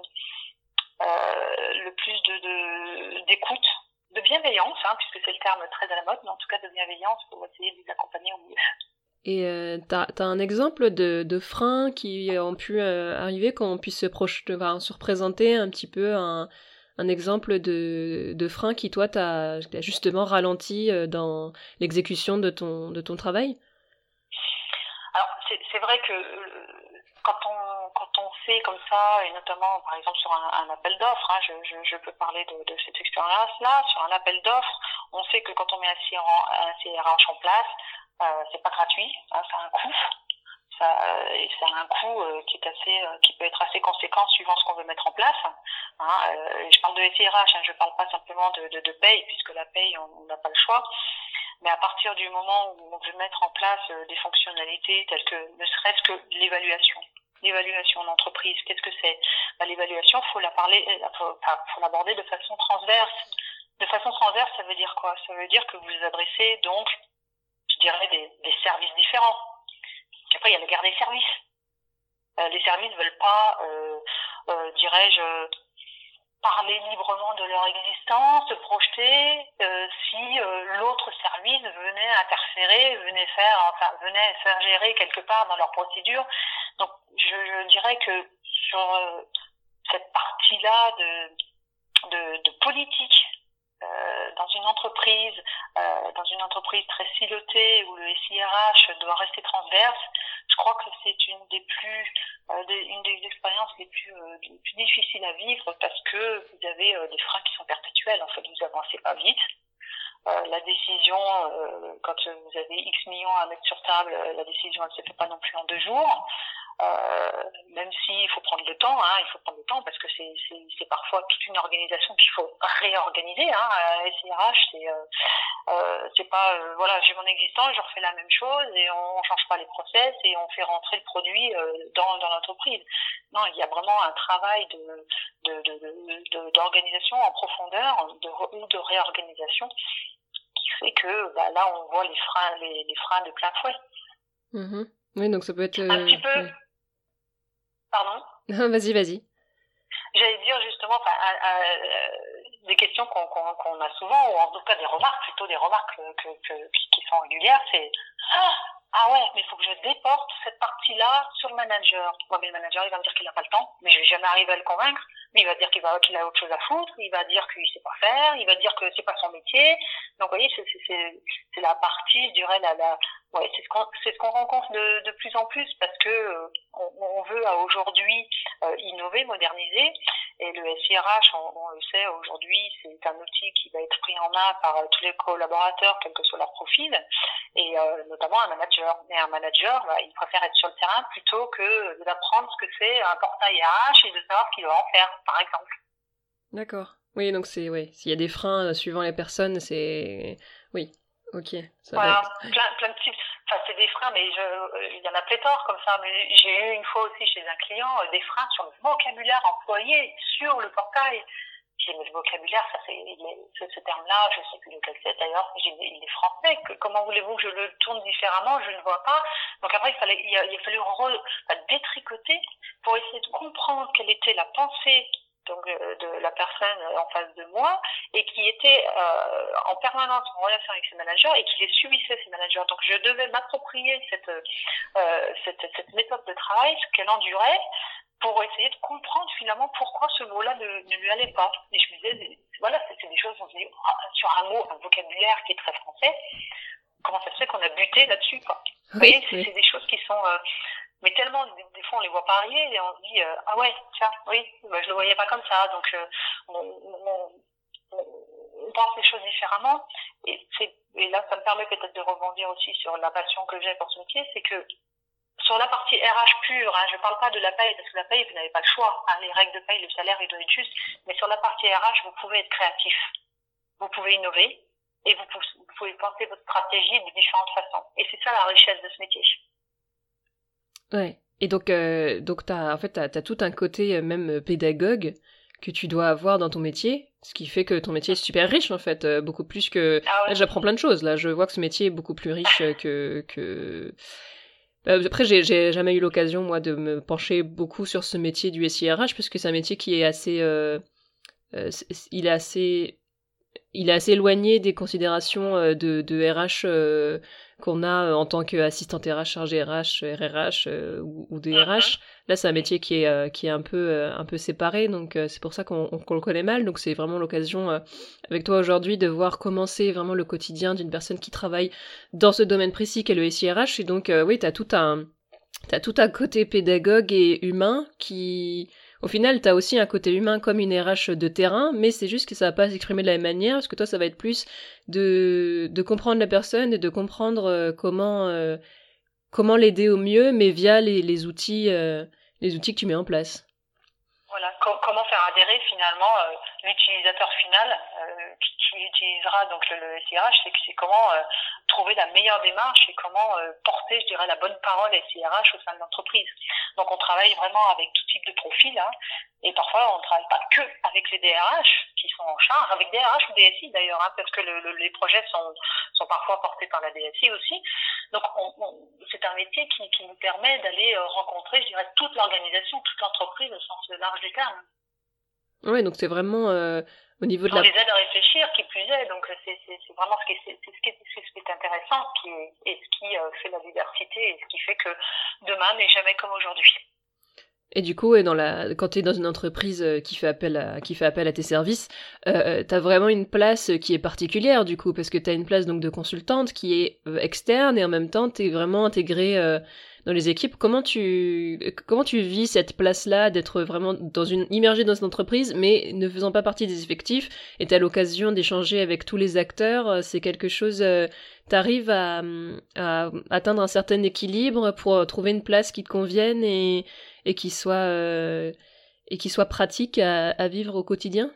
euh, le plus de, de d'écoute, de bienveillance, hein, puisque c'est le terme très à la mode, mais en tout cas de bienveillance pour essayer de les accompagner au mieux. Et euh, t'as, t'as un exemple de, de freins qui ont pu euh, arriver, qu'on puisse se, projeter, enfin, se représenter un petit peu un, un exemple de, de frein qui, toi, t'a, t'a justement ralenti euh, dans l'exécution de ton, de ton travail? Alors, c'est, c'est vrai que euh, quand on quand on fait comme ça, et notamment, par exemple, sur un, un appel d'offres, hein, je, je, je peux parler de, de cette expérience-là, sur un appel d'offres, on sait que quand on met un C R H en place, euh, c'est pas gratuit, hein, ça a un coût. Ça, et ça a un coût euh, qui est assez, euh, qui peut être assez conséquent suivant ce qu'on veut mettre en place. Hein, euh, je parle de S I R H, hein, je parle pas simplement de, de, de paye, puisque la paye, on n'a pas le choix. Mais à partir du moment où on veut mettre en place euh, des fonctionnalités telles que, ne serait-ce que l'évaluation, l'évaluation d'entreprise, qu'est-ce que c'est? Bah, l'évaluation, faut la parler, faut, enfin, faut l'aborder de façon transverse. De façon transverse, ça veut dire quoi? Ça veut dire que vous vous adressez donc, je dirais, des, des services différents. Après, il y a la guerre des services. Euh, les services ne veulent pas, euh, euh, dirais-je, parler librement de leur existence, se projeter euh, si euh, l'autre service venait interférer, venait faire, enfin venait faire gérer quelque part dans leur procédure. Donc, je, je dirais que sur euh, cette partie-là de, de, de politique euh, dans une entreprise, euh, dans une entreprise très silotée où le S I R H doit rester transverse, je crois que c'est une des plus, euh, des, une des expériences les plus, euh, les plus difficiles à vivre parce que vous avez euh, des freins qui sont perpétuels. En fait, vous avancez pas vite. Euh, la décision, euh, quand vous avez X millions à mettre sur table, la décision elle se fait pas non plus en deux jours. Euh, même s'il faut prendre le temps, hein, il faut prendre le temps parce que c'est, c'est, c'est parfois toute une organisation qu'il faut réorganiser. Hein. S I R H, c'est, euh, euh, c'est pas, euh, voilà, j'ai mon existant, je refais la même chose et on, on change pas les process et on fait rentrer le produit euh, dans, dans l'entreprise. Non, il y a vraiment un travail de, de, de, de, de d'organisation en profondeur de, ou de réorganisation qui fait que bah, là on voit les freins, les, les freins de plein fouet. Mmh. Oui, donc ça peut être euh, un petit peu. Ouais. Pardon? Vas-y, vas-y. J'allais dire justement, enfin, euh, des questions qu'on, qu'on, qu'on a souvent, ou en tout cas des remarques, plutôt des remarques que, que, qui sont régulières, c'est ah, ah ouais, mais il faut que je déporte cette partie-là sur le manager. Moi, mais le manager, il va me dire qu'il n'a pas le temps, mais je vais jamais arriver à le convaincre. Mais il va dire qu'il, va, qu'il a autre chose à foutre, il va dire qu'il sait pas faire, il va dire que c'est pas son métier. Donc, vous voyez, c'est, c'est, c'est, c'est la partie, je dirais, la, la, ouais, c'est ce qu'on, c'est ce qu'on rencontre de, de plus en plus parce que euh, on, on veut à aujourd'hui euh, innover, moderniser. Et le S I R H, on, on le sait, aujourd'hui, c'est un outil qui va être pris en main par euh, tous les collaborateurs, quel que soit leur profil, et euh, notamment un manager. Et un manager, bah, il préfère être sur le terrain plutôt que d'apprendre ce que c'est un portail R H et de savoir ce qu'il doit en faire, par exemple. D'accord. Oui, donc c'est, oui, s'il y a des freins euh, suivant les personnes, c'est... Oui, ok. Ça voilà, va être... plein, plein de types. Enfin, c'est des freins, mais je, il y en a pléthore comme ça. Mais j'ai eu une fois aussi chez un client euh, des freins sur le vocabulaire employé sur le portail. j'ai le vocabulaire, ça c'est ce, ce terme-là, je sais plus lequel c'est d'ailleurs, j'ai, il est français. Que, comment voulez-vous que je le tourne différemment? Je ne vois pas. Donc après, il fallait, il a, il a fallu re, enfin, détricoter pour essayer de comprendre quelle était la pensée donc euh, de la personne en face de moi et qui était euh, en permanence en relation avec ses managers et qui les subissait, ces managers. Donc je devais m'approprier cette euh, cette, cette méthode de travail, ce qu'elle endurait, pour essayer de comprendre finalement pourquoi ce mot-là ne, ne lui allait pas. Et je me disais, voilà, c'est, c'est des choses, on se dit, ah, sur un mot, un vocabulaire qui est très français, comment ça se fait qu'on a buté là-dessus, quoi. Oui, vous voyez, oui. C'est des choses qui sont, euh, mais tellement, des, des fois on les voit pas arriver et on se dit, euh, ah ouais, tiens, oui, bah, je le voyais pas comme ça, donc euh, on, on, on, on pense les choses différemment. Et, c'est, et là, ça me permet peut-être de rebondir aussi sur la passion que j'ai pour ce métier, c'est que sur la partie R H pure, hein, je ne parle pas de la paye, parce que la paye, vous n'avez pas le choix. Hein, les règles de paye, le salaire, il doit être juste. Mais sur la partie R H, vous pouvez être créatif. Vous pouvez innover. Et vous, vous pouvez penser votre stratégie de différentes façons. Et c'est ça la richesse de ce métier. Ouais. Et donc, euh, donc t'as, en fait, t'as, t'as tout un côté euh, même pédagogue que tu dois avoir dans ton métier, ce qui fait que ton métier est super riche en fait, euh, beaucoup plus que... Ah ouais. Là, j'apprends plein de choses. Là, je vois que ce métier est beaucoup plus riche que... que... Après, j'ai, j'ai jamais eu l'occasion, moi, de me pencher beaucoup sur ce métier du S I R H, parce que c'est un métier qui est assez... Euh, euh, il est assez... Il est assez éloigné des considérations euh, de, de R H euh, qu'on a en tant qu'assistante R H, chargée R H, R R H euh, ou, ou des R H. Là, c'est un métier qui est, euh, qui est un peu, euh, un peu séparé, donc euh, c'est pour ça qu'on, qu'on le connaît mal. Donc c'est vraiment l'occasion, euh, avec toi aujourd'hui, de voir comment c'est vraiment le quotidien d'une personne qui travaille dans ce domaine précis qu'est le S I R H. Et donc, euh, oui, t'as tout un, t'as tout un côté pédagogue et humain qui... Au final, t'as aussi un côté humain comme une R H de terrain, mais c'est juste que ça va pas s'exprimer de la même manière, parce que toi, ça va être plus de, de comprendre la personne et de comprendre euh, comment, euh, comment l'aider au mieux, mais via les, les outils, euh, les outils que tu mets en place. Voilà, Co- comment faire adhérer finalement euh, l'utilisateur final euh, qui, qui utilisera donc le, le S I R H, c'est, c'est comment euh, trouver la meilleure démarche et comment euh, porter, je dirais, la bonne parole S I R H au sein de l'entreprise. Donc on travaille vraiment avec tout type de profil, hein, et parfois on ne travaille pas que avec les D R H qui sont en charge, avec des R H ou des S I d'ailleurs, hein, parce que le, le, les projets sont, sont parfois portés par la D S I aussi. Donc on, on, c'est un métier qui, qui nous permet d'aller euh, rencontrer, je dirais, toute l'organisation, toute l'entreprise au sens large du terme. Ouais, donc c'est vraiment euh, au niveau de on la... On les aide à réfléchir, qui plus est, donc c'est, c'est, c'est vraiment ce qui est, c'est, c'est ce qui est, c'est ce qui est intéressant, qui est, et ce qui euh, fait la diversité, et ce qui fait que demain n'est jamais comme aujourd'hui. Et du coup, dans la, quand tu es dans une entreprise qui fait appel à, qui fait appel à tes services, euh, tu as vraiment une place qui est particulière, du coup, parce que tu as une place donc de consultante qui est euh, externe et en même temps, tu es vraiment intégrée euh, dans les équipes. Comment tu, comment tu vis cette place-là, d'être vraiment dans une, immergée dans une entreprise, mais ne faisant pas partie des effectifs, et tu as l'occasion d'échanger avec tous les acteurs? C'est quelque chose... Euh, t'arrives à, à atteindre un certain équilibre pour trouver une place qui te convienne et, et qui soit euh, et qui soit pratique à, à vivre au quotidien?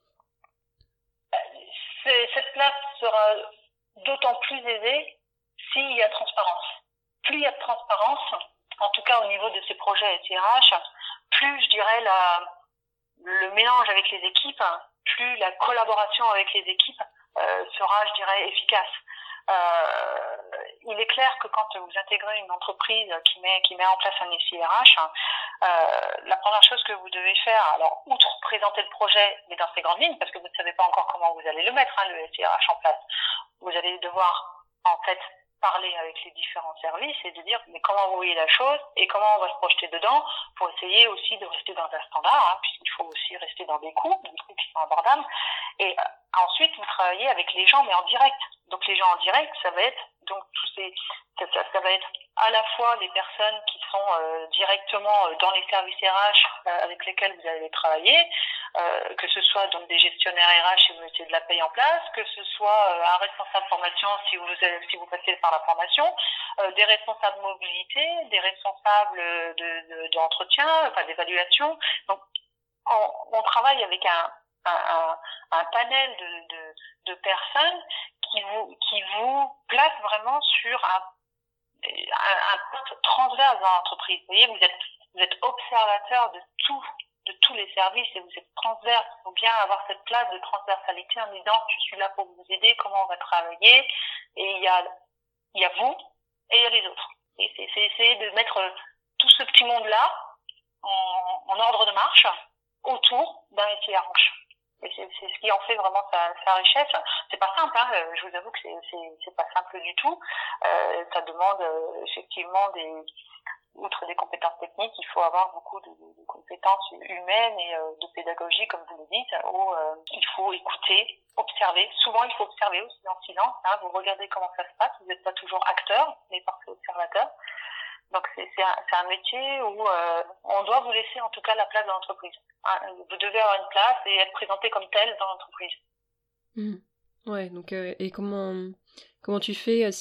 C'est, cette place sera d'autant plus aisée s'il y a transparence. Plus il y a de transparence, en tout cas au niveau de ces projets S I R H, plus je dirais la, le mélange avec les équipes, plus la collaboration avec les équipes euh, sera, je dirais, efficace. Euh, il est clair que quand vous intégrez une entreprise qui met qui met en place un S I R H, euh, la première chose que vous devez faire, alors outre présenter le projet, mais dans ses grandes lignes, parce que vous ne savez pas encore comment vous allez le mettre, hein, le S I R H en place, vous allez devoir en fait parler avec les différents services et de dire mais comment vous voyez la chose et comment on va se projeter dedans pour essayer aussi de rester dans un standard, hein, puisqu'il faut aussi rester dans des coûts, des coûts qui sont abordables. Et euh, ensuite vous travaillez avec les gens mais en direct. Donc les gens en direct, ça va être donc tous ces ça, ça, ça va être à la fois les personnes qui sont euh, directement dans les services R H euh, avec lesquels vous allez travailler, euh, que ce soit donc des gestionnaires R H si vous mettez de la paye en place, que ce soit euh, un responsable formation si vous si vous passez par la formation, euh, des responsables mobilité, des responsables de, de, d'entretien, enfin d'évaluation. Donc on, on travaille avec un un, un, un panel de, de, de personnes qui vous qui vous place vraiment sur un un, un poste transverse dans l'entreprise. Vous voyez, vous êtes vous êtes observateur de tout de tous les services et vous êtes transverse. Il faut bien avoir cette place de transversalité en disant je suis là pour vous aider, comment on va travailler. Et il y a, il y a vous et il y a les autres. Et c'est, c'est essayer de mettre tout ce petit monde-là en, en ordre de marche autour d'un métier R H. Et c'est, c'est ce qui en fait vraiment sa, sa richesse. C'est pas simple, hein. Je vous avoue que c'est, c'est, c'est pas simple du tout. Euh, ça demande euh, effectivement des, outre des compétences techniques, il faut avoir beaucoup de, de, de compétences humaines et euh, de pédagogie, comme vous le dites, où euh, il faut écouter, observer. Souvent, il faut observer aussi en silence. Hein. Vous regardez comment ça se passe. Vous n'êtes pas toujours acteur, mais parfois observateur. Donc c'est, c'est, un, c'est un métier où euh, on doit vous laisser en tout cas la place dans l'entreprise. Hein, vous devez avoir une place et être présenté comme tel dans l'entreprise. Mmh. Ouais, donc euh, et comment comment tu fais euh,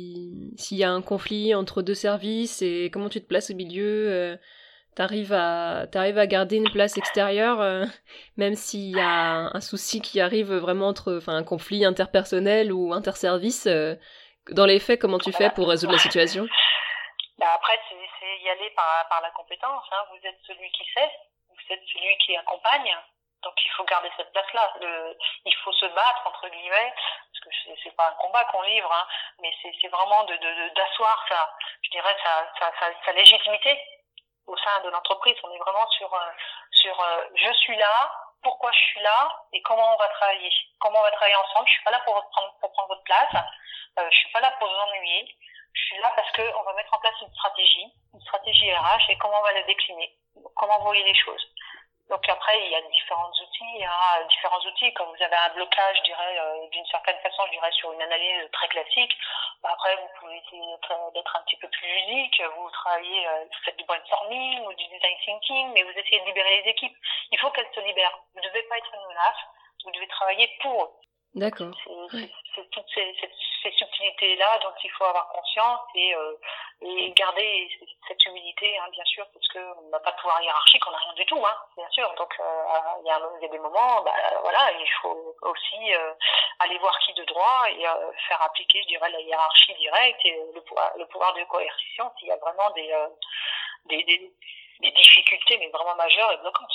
si s'il y a un conflit entre deux services et comment tu te places au milieu euh, t'arrives à t'arrives à garder une place extérieure euh, même s'il y a un, un souci qui arrive vraiment entre enfin un conflit interpersonnel ou interservice euh, dans les faits comment tu fais pour résoudre la situation? Bah après, c'est, c'est y aller par, par la compétence. Hein. Vous êtes celui qui sait, vous êtes celui qui accompagne. Donc il faut garder cette place-là. Le, il faut se battre entre guillemets, parce que c'est, c'est pas un combat qu'on livre, hein, mais c'est, c'est vraiment de, de, de d'asseoir sa, je dirais sa, sa, sa, sa légitimité au sein de l'entreprise. On est vraiment sur, euh, sur, euh, je suis là, pourquoi je suis là et comment on va travailler. Comment on va travailler ensemble. Je suis pas là pour prendre, pour prendre votre place. Euh, je suis pas là pour vous ennuyer. Je suis là parce que on va mettre en place une stratégie, une stratégie R H et comment on va la décliner, comment vous voyez les choses. Donc après, il y a différents outils, il y a différents outils. Quand vous avez un blocage, je dirais, euh, d'une certaine façon, je dirais, sur une analyse très classique, bah après, vous pouvez essayer d'être, d'être un petit peu plus ludique. Vous travaillez, euh, vous faites du brainstorming ou du design thinking, mais vous essayez de libérer les équipes. Il faut qu'elles se libèrent. Vous ne devez pas être une menace, vous devez travailler pour eux. D'accord. C'est, c'est, c'est toutes ces, ces, ces subtilités-là dont il faut avoir conscience et, euh, et garder cette humilité, hein, bien sûr, parce qu'on n'a pas de pouvoir hiérarchique, on n'a rien du tout, hein, bien sûr. Donc, euh, il y a, il y a des moments, bah, voilà, il faut aussi euh, aller voir qui de droit et euh, faire appliquer, je dirais, la hiérarchie directe et le pouvoir, le pouvoir de coercition s'il y a vraiment des, euh, des, des, des difficultés, mais vraiment majeures et bloquantes.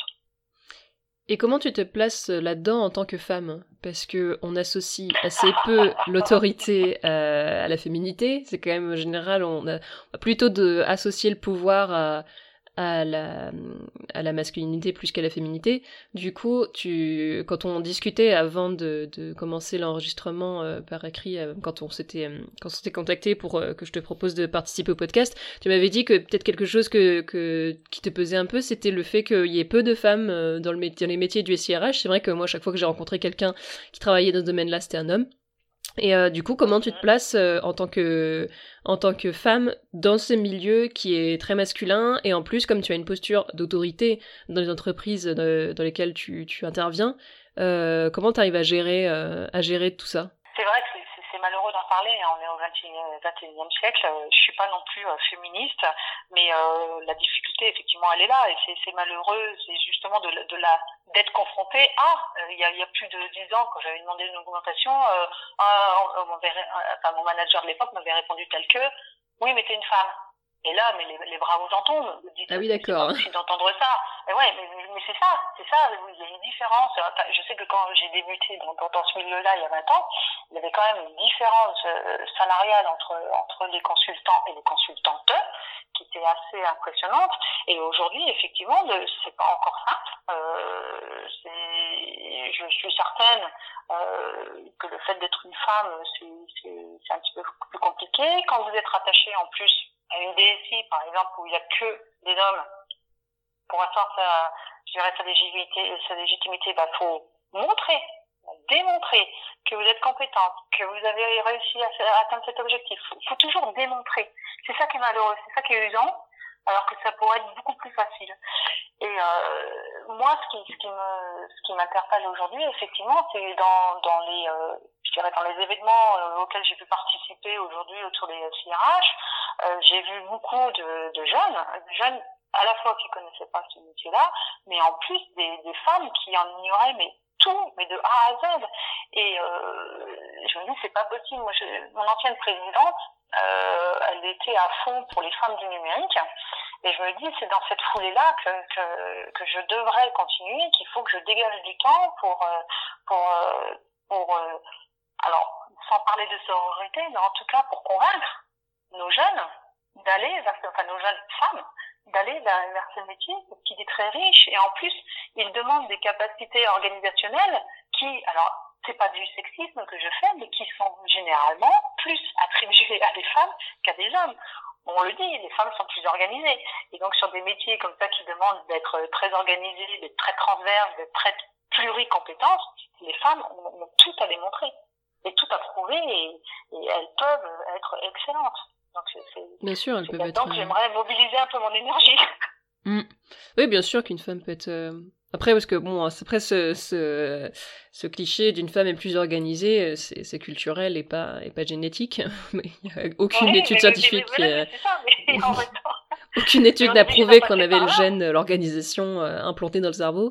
Et comment tu te places là-dedans en tant que femme? Parce que on associe assez peu l'autorité euh, à la féminité. C'est quand même en général, on a, on a plutôt de associer le pouvoir à, à la à la masculinité plus qu'à la féminité. Du coup, tu quand on discutait avant de, de commencer l'enregistrement euh, par écrit, euh, quand on s'était euh, quand on s'était contacté pour euh, que je te propose de participer au podcast, tu m'avais dit que peut-être quelque chose que que qui te pesait un peu, c'était le fait qu'il y ait peu de femmes euh, dans le métier dans les métiers du S I R H. C'est vrai que moi, chaque fois que j'ai rencontré quelqu'un qui travaillait dans ce domaine-là, c'était un homme. Et euh, du coup, comment tu te places euh, en tant que en tant que femme dans ce milieu qui est très masculin et en plus, comme tu as une posture d'autorité dans les entreprises de, dans lesquelles tu, tu interviens, euh, comment tu arrives à gérer euh, à gérer tout ça? C'est vrai que c'est, c'est, c'est malheureux d'en parler. Hein. On est au vingt et unième siècle. Je suis pas non plus euh, féministe, mais euh, la difficulté, effectivement, elle est là. Et c'est, c'est malheureux. C'est justement de, de la d'être confronté à. Euh, il y a, il y a plus de dix ans, quand j'avais demandé une augmentation, euh, euh, on m'avait, enfin, mon manager de l'époque m'avait répondu tel que oui, mais t'es une femme. Et là, mais les, les bras vous en tombent. Vous dites, ah oui, d'accord. C'est pas possible d'entendre ça. Mais ouais, mais, mais c'est ça, c'est ça. Il y a une différence. Je sais que quand j'ai débuté dans, dans, dans ce milieu-là il y a vingt ans, il y avait quand même une différence euh, salariale entre entre les consultants et les consultantes qui était assez impressionnante. Et aujourd'hui, effectivement, de, c'est pas encore simple. Euh, c'est, je suis certaine euh, que le fait d'être une femme, c'est, c'est, c'est un petit peu plus compliqué. Quand vous êtes rattaché en plus à une D S I, par exemple, où il n'y a que des hommes, pour asseoir sa, je dirais, sa légitimité, sa légitimité, bah, faut montrer, démontrer que vous êtes compétente, que vous avez réussi à, à atteindre cet objectif. Il faut, faut toujours démontrer. C'est ça qui est malheureux, c'est ça qui est usant, alors que ça pourrait être beaucoup plus facile. Et euh, moi, ce qui, ce qui me, ce qui m'interpelle aujourd'hui, effectivement, c'est dans, dans les, euh, je dirais, dans les événements euh, auxquels j'ai pu participer aujourd'hui autour des S I R H. Euh, j'ai vu beaucoup de, de jeunes, de jeunes à la fois qui connaissaient pas ce métier-là, mais en plus des, des femmes qui en ignoraient mais tout, mais de A à Z. Et euh, je me dis c'est pas possible. Moi, je, mon ancienne présidente, euh, elle était à fond pour les femmes du numérique. Et je me dis, c'est dans cette foulée-là que, que, que je devrais continuer, qu'il faut que je dégage du temps pour, euh, pour, euh, pour euh, alors, sans parler de sororité, mais en tout cas pour convaincre nos jeunes d'aller vers, enfin nos jeunes femmes, d'aller vers, vers ce métier, parce qu'il est très riche, et en plus, il demande des capacités organisationnelles qui, alors, c'est pas du sexisme que je fais, mais qui sont généralement plus attribuées à des femmes qu'à des hommes. On le dit, les femmes sont plus organisées. Et donc, sur des métiers comme ça qui demandent d'être très organisées, d'être très transverses, d'être très pluricompétentes, les femmes ont, ont tout à démontrer et tout à prouver, et, et elles peuvent être excellentes. Donc, c'est, c'est, bien sûr, elles peuvent être... Donc, j'aimerais mobiliser un peu mon énergie. Mmh. Oui, bien sûr qu'une femme peut être... Euh... Après, parce que, bon, après, ce, ce, ce cliché d'une femme est plus organisée, c'est, c'est culturel et pas, et pas génétique. Mais il n'y a aucune oui, étude mais, scientifique... Mais, mais, c'est ça, mais en même temps... Aucune étude n'a prouvé qu'on avait le gène, l'organisation euh, implantée dans le cerveau.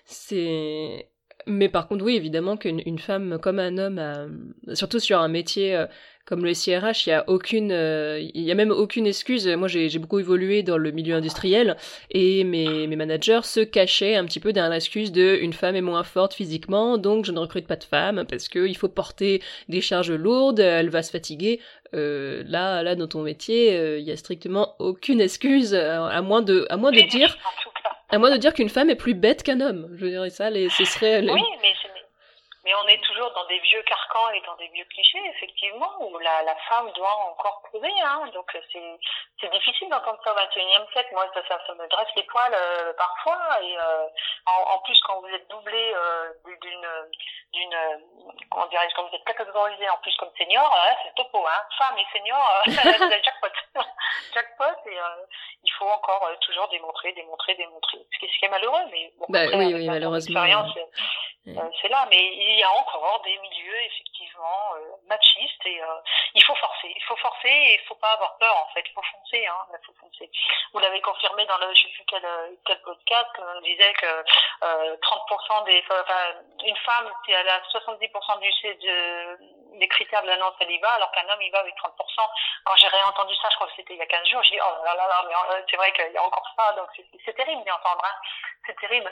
C'est... Mais par contre, oui, évidemment qu'une une femme comme un homme, a... surtout sur un métier euh, comme le S I R H, il y a aucune, euh, il y a même aucune excuse. Moi, j'ai, j'ai beaucoup évolué dans le milieu industriel et mes, mes managers se cachaient un petit peu derrière l'excuse de une femme est moins forte physiquement, donc je ne recrute pas de femmes parce que il faut porter des charges lourdes, elle va se fatiguer. Euh, là, là, dans ton métier, euh, il y a strictement aucune excuse, à, à moins de, à moins de dire, à moins de dire qu'une femme est plus bête qu'un homme. Je dirais ça, les, ce serait. Les... Oui, mais c'est... Mais on est toujours dans des vieux carcans et dans des vieux clichés, effectivement, où la, la femme doit encore prouver, hein. Donc c'est, c'est difficile d'entendre ça au vingt et unième siècle. Moi, ça, ça, ça me dresse les poils euh, parfois. Et euh, en, en plus, quand vous êtes doublé euh, d'une, d'une, comment dirais-je, quand vous êtes catégorisé en plus comme senior, euh, c'est topo, hein. Femme et senior, euh, c'est jackpot, jackpot. Et euh, il faut encore euh, toujours démontrer, démontrer, démontrer. Ce qui, ce qui est malheureux, mais bon, bah, après, oui, oui, malheureusement. Euh, c'est là, mais il y a encore des milieux effectivement euh, machistes et euh, il faut forcer, il faut forcer et il faut pas avoir peur en fait, il faut foncer, hein, il faut foncer. Vous l'avez confirmé dans le, je sais plus quel, quel podcast, on disait que euh, trente pour cent des, enfin, une femme, si elle a soixante-dix pour cent du de, des critères de l'annonce, elle y va, alors qu'un homme il va avec trente pour cent. Quand j'ai réentendu ça, je crois que c'était il y a quinze jours, j'ai dit oh là là là, mais c'est vrai qu'il y a encore ça, donc c'est, c'est terrible d'entendre, hein, c'est terrible.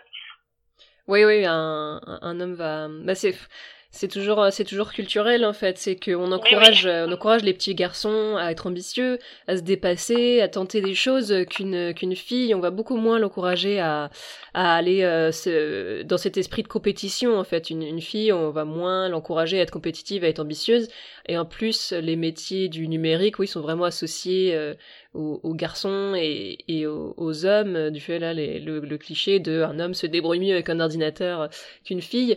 Oui, oui, un, un homme va... Bah c'est, c'est, toujours, c'est toujours culturel, en fait. C'est qu'on encourage, oui. on encourage les petits garçons à être ambitieux, à se dépasser, à tenter des choses qu'une, qu'une fille. On va beaucoup moins l'encourager à, à aller euh, se, dans cet esprit de compétition, en fait. Une, une fille, on va moins l'encourager à être compétitive, à être ambitieuse. Et en plus, les métiers du numérique, oui, sont vraiment associés... Euh, Aux, aux garçons et, et aux, aux hommes, du fait là les, le, le cliché de un homme se débrouille mieux avec un ordinateur qu'une fille,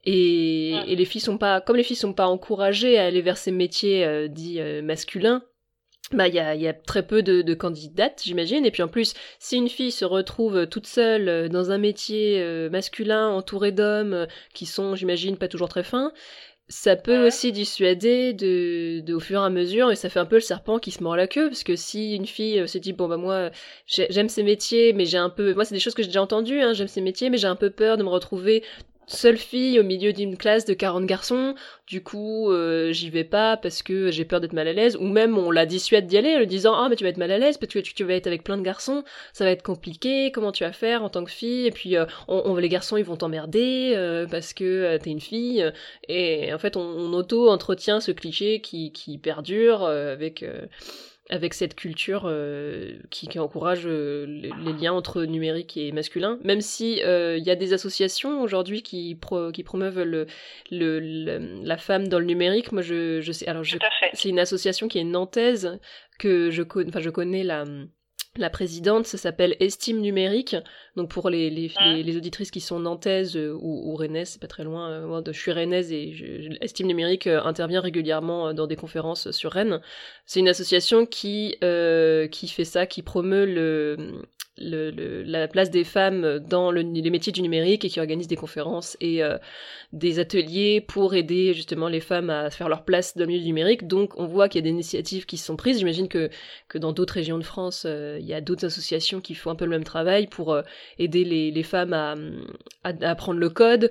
et, ouais. et les filles sont pas, comme les filles sont pas encouragées à aller vers ces métiers euh, dits euh, masculins, bah il y a, y a très peu de, de candidates, j'imagine. Et puis en plus, si une fille se retrouve toute seule dans un métier euh, masculin entourée d'hommes euh, qui sont, j'imagine, pas toujours très fins, ça peut ouais. aussi dissuader de, de, au fur et à mesure, et ça fait un peu le serpent qui se mord la queue, parce que si une fille euh, se dit, bon bah moi, j'aime ces métiers, mais j'ai un peu, moi c'est des choses que j'ai déjà entendues, hein, j'aime ces métiers, mais j'ai un peu peur de me retrouver seule fille au milieu d'une classe de quarante garçons, du coup euh, j'y vais pas parce que j'ai peur d'être mal à l'aise, ou même on la dissuade d'y aller en lui disant ah mais tu vas être mal à l'aise parce que tu, tu vas être avec plein de garçons, ça va être compliqué, comment tu vas faire en tant que fille, et puis euh, on, on, les garçons ils vont t'emmerder euh, parce que euh, t'es une fille, et en fait on, on auto-entretient ce cliché qui, qui perdure euh, avec... Euh, avec cette culture euh, qui, qui encourage euh, les, les liens entre numérique et masculin, même si il euh, y a des associations aujourd'hui qui, pro, qui promeuvent le, le, le, la femme dans le numérique. Moi, je, je sais, alors je, c'est une association qui est nantaise, que je, enfin, je connais la... La présidente, ça s'appelle Estime Numérique. Donc pour les, les, mmh. les, les auditrices qui sont nantaises euh, ou, ou rennaises, c'est pas très loin. Euh, moi, je suis rennaise et je, Estime Numérique euh, intervient régulièrement dans des conférences sur Rennes. C'est une association qui euh, qui fait ça, qui promeut le, le, le la place des femmes dans le, les métiers du numérique et qui organise des conférences et euh, des ateliers pour aider justement les femmes à faire leur place dans le milieu du numérique. Donc on voit qu'il y a des initiatives qui sont prises. J'imagine que que dans d'autres régions de France, euh, il y a d'autres associations qui font un peu le même travail pour euh, aider les, les femmes à, à, à apprendre le code,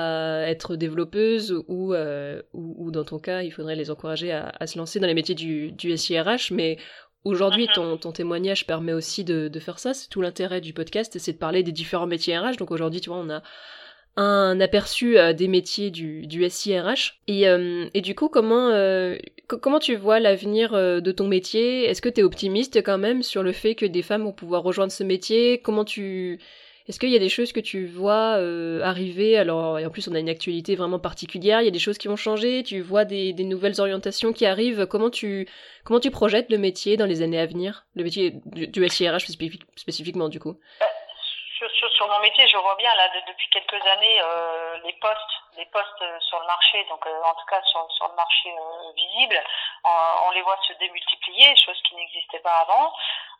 à être développeuses, ou, euh, ou, ou dans ton cas, il faudrait les encourager à, à se lancer dans les métiers du, du S I R H. Mais aujourd'hui, Mhm. ton, ton témoignage permet aussi de, de faire ça. C'est tout l'intérêt du podcast, c'est de parler des différents métiers R H. Donc aujourd'hui, tu vois, on a un aperçu euh, des métiers du, du S I R H. Et, euh, et du coup, comment, euh, co- comment tu vois l'avenir euh, de ton métier? Est-ce que tu es optimiste quand même sur le fait que des femmes vont pouvoir rejoindre ce métier? Comment tu... Est-ce qu'il y a des choses que tu vois euh, arriver? Alors, et en plus, on a une actualité vraiment particulière. Il y a des choses qui vont changer. Tu vois des, des nouvelles orientations qui arrivent. Comment tu, comment tu projettes le métier dans les années à venir? Le métier du, du S I R H spécifique, spécifiquement, du coup. Sur, sur, sur mon métier, je vois bien là de, depuis quelques années euh, les postes, les postes euh, sur le marché, donc euh, en tout cas sur, sur le marché euh, visible, on, on les voit se démultiplier, chose qui n'existait pas avant.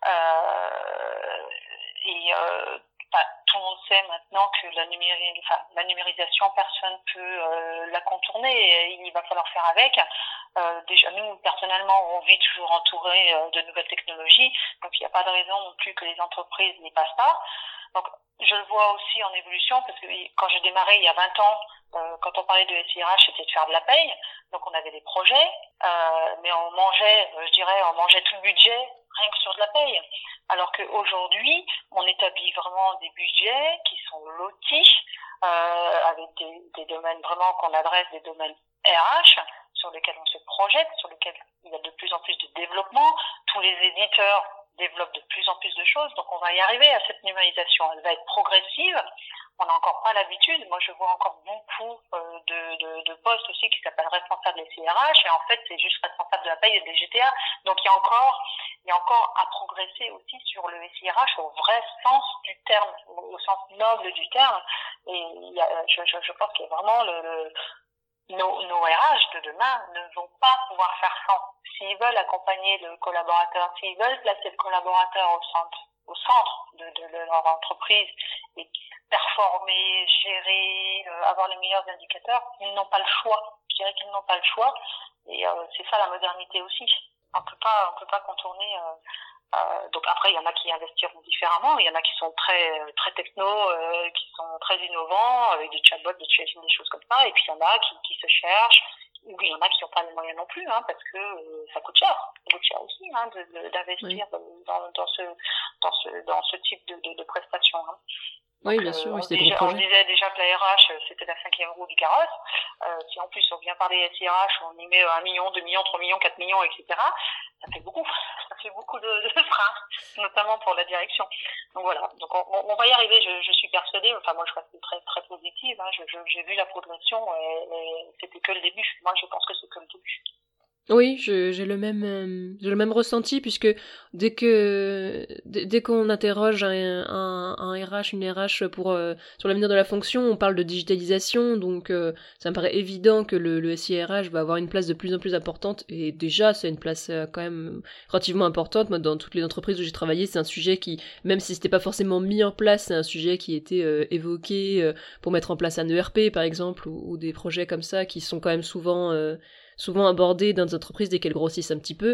Euh, et euh, bah, tout le monde sait maintenant que la, numéri- enfin, la numérisation, personne peut euh, la contourner. Et il va falloir faire avec. Euh, déjà, nous personnellement, on vit toujours entouré euh, de nouvelles technologies, donc il n'y a pas de raison non plus que les entreprises n'y passent pas. Donc, je le vois aussi en évolution parce que quand j'ai démarré il y a vingt ans, euh, quand on parlait de S I R H, c'était de faire de la paye. Donc, on avait des projets, euh, mais on mangeait, je dirais, on mangeait tout le budget rien que sur de la paye. Alors qu'aujourd'hui, on établit vraiment des budgets qui sont lotis, euh, avec des, des domaines vraiment qu'on adresse, des domaines R H, sur lesquels on se projette, sur lesquels il y a de plus en plus de développement. Tous les éditeurs développe de plus en plus de choses, donc on va y arriver à cette numérisation. Elle va être progressive, on n'a encore pas l'habitude. Moi, je vois encore beaucoup euh, de, de, de postes aussi qui s'appellent responsable S I R H, et en fait, c'est juste responsable de la paye et des G T A. Donc, il y a encore, il y a encore à progresser aussi sur le S I R H au vrai sens du terme, au sens noble du terme. Et il y a, je, je, je pense qu'il y a vraiment le, le Nos, nos R H de demain ne vont pas pouvoir faire sans. S'ils veulent accompagner le collaborateur, s'ils veulent placer le collaborateur au centre, au centre de, de, de leur entreprise et performer, gérer, euh, avoir les meilleurs indicateurs, ils n'ont pas le choix. Je dirais qu'ils n'ont pas le choix. Et euh, c'est ça la modernité aussi. On peut pas, on peut pas contourner. Euh, Euh, donc après, il y en a qui investiront différemment, il y en a qui sont très très techno, euh, qui sont très innovants, avec des chatbots, des chatbots, des choses comme ça, et puis il y en a qui, qui se cherchent, ou il y en a qui n'ont pas les moyens non plus, hein, parce que euh, ça coûte cher, ça coûte cher aussi, hein, de, de, d'investir Oui. dans, dans ce dans ce dans ce type de, de, de prestations. Hein. Donc, Oui, bien euh, sûr, oui, on, c'est des gros déjà, on projets. disait déjà que la R H, c'était la cinquième roue du carrosse. Euh, si en plus on vient parler S I R H, on y met un million, deux millions, trois millions, quatre millions, et cetera, ça fait beaucoup. Ça fait beaucoup de, de freins, notamment pour la direction. Donc voilà, donc on, on va y arriver, je, je suis persuadée. Enfin, moi, je reste très, très positive. Hein. Je, je, j'ai vu la progression et, et c'était que le début. Moi, je pense que c'est que le début. Oui, je, j'ai le même, euh, j'ai le même ressenti puisque dès que, dès, dès qu'on interroge un, un, un R H, une R H pour euh, sur l'avenir de la fonction, on parle de digitalisation, donc euh, ça me paraît évident que le, le S I R H va avoir une place de plus en plus importante et déjà c'est une place euh, quand même relativement importante. Moi, dans toutes les entreprises où j'ai travaillé, c'est un sujet qui, même si c'était pas forcément mis en place, c'est un sujet qui était euh, évoqué euh, pour mettre en place un E R P par exemple ou, ou des projets comme ça qui sont quand même souvent euh, souvent abordées dans des entreprises dès qu'elles grossissent un petit peu.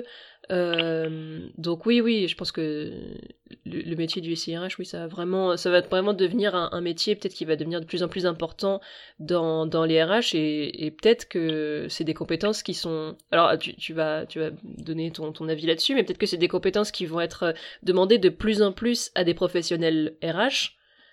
Euh, donc oui, oui, je pense que le, le métier du S I R H, oui, ça va vraiment, ça va vraiment devenir un, un métier peut-être qui va devenir de plus en plus important dans, dans les R H et, et peut-être que c'est des compétences qui sont... Alors tu, tu, vas, tu vas donner ton, ton avis là-dessus, mais peut-être que c'est des compétences qui vont être demandées de plus en plus à des professionnels R H.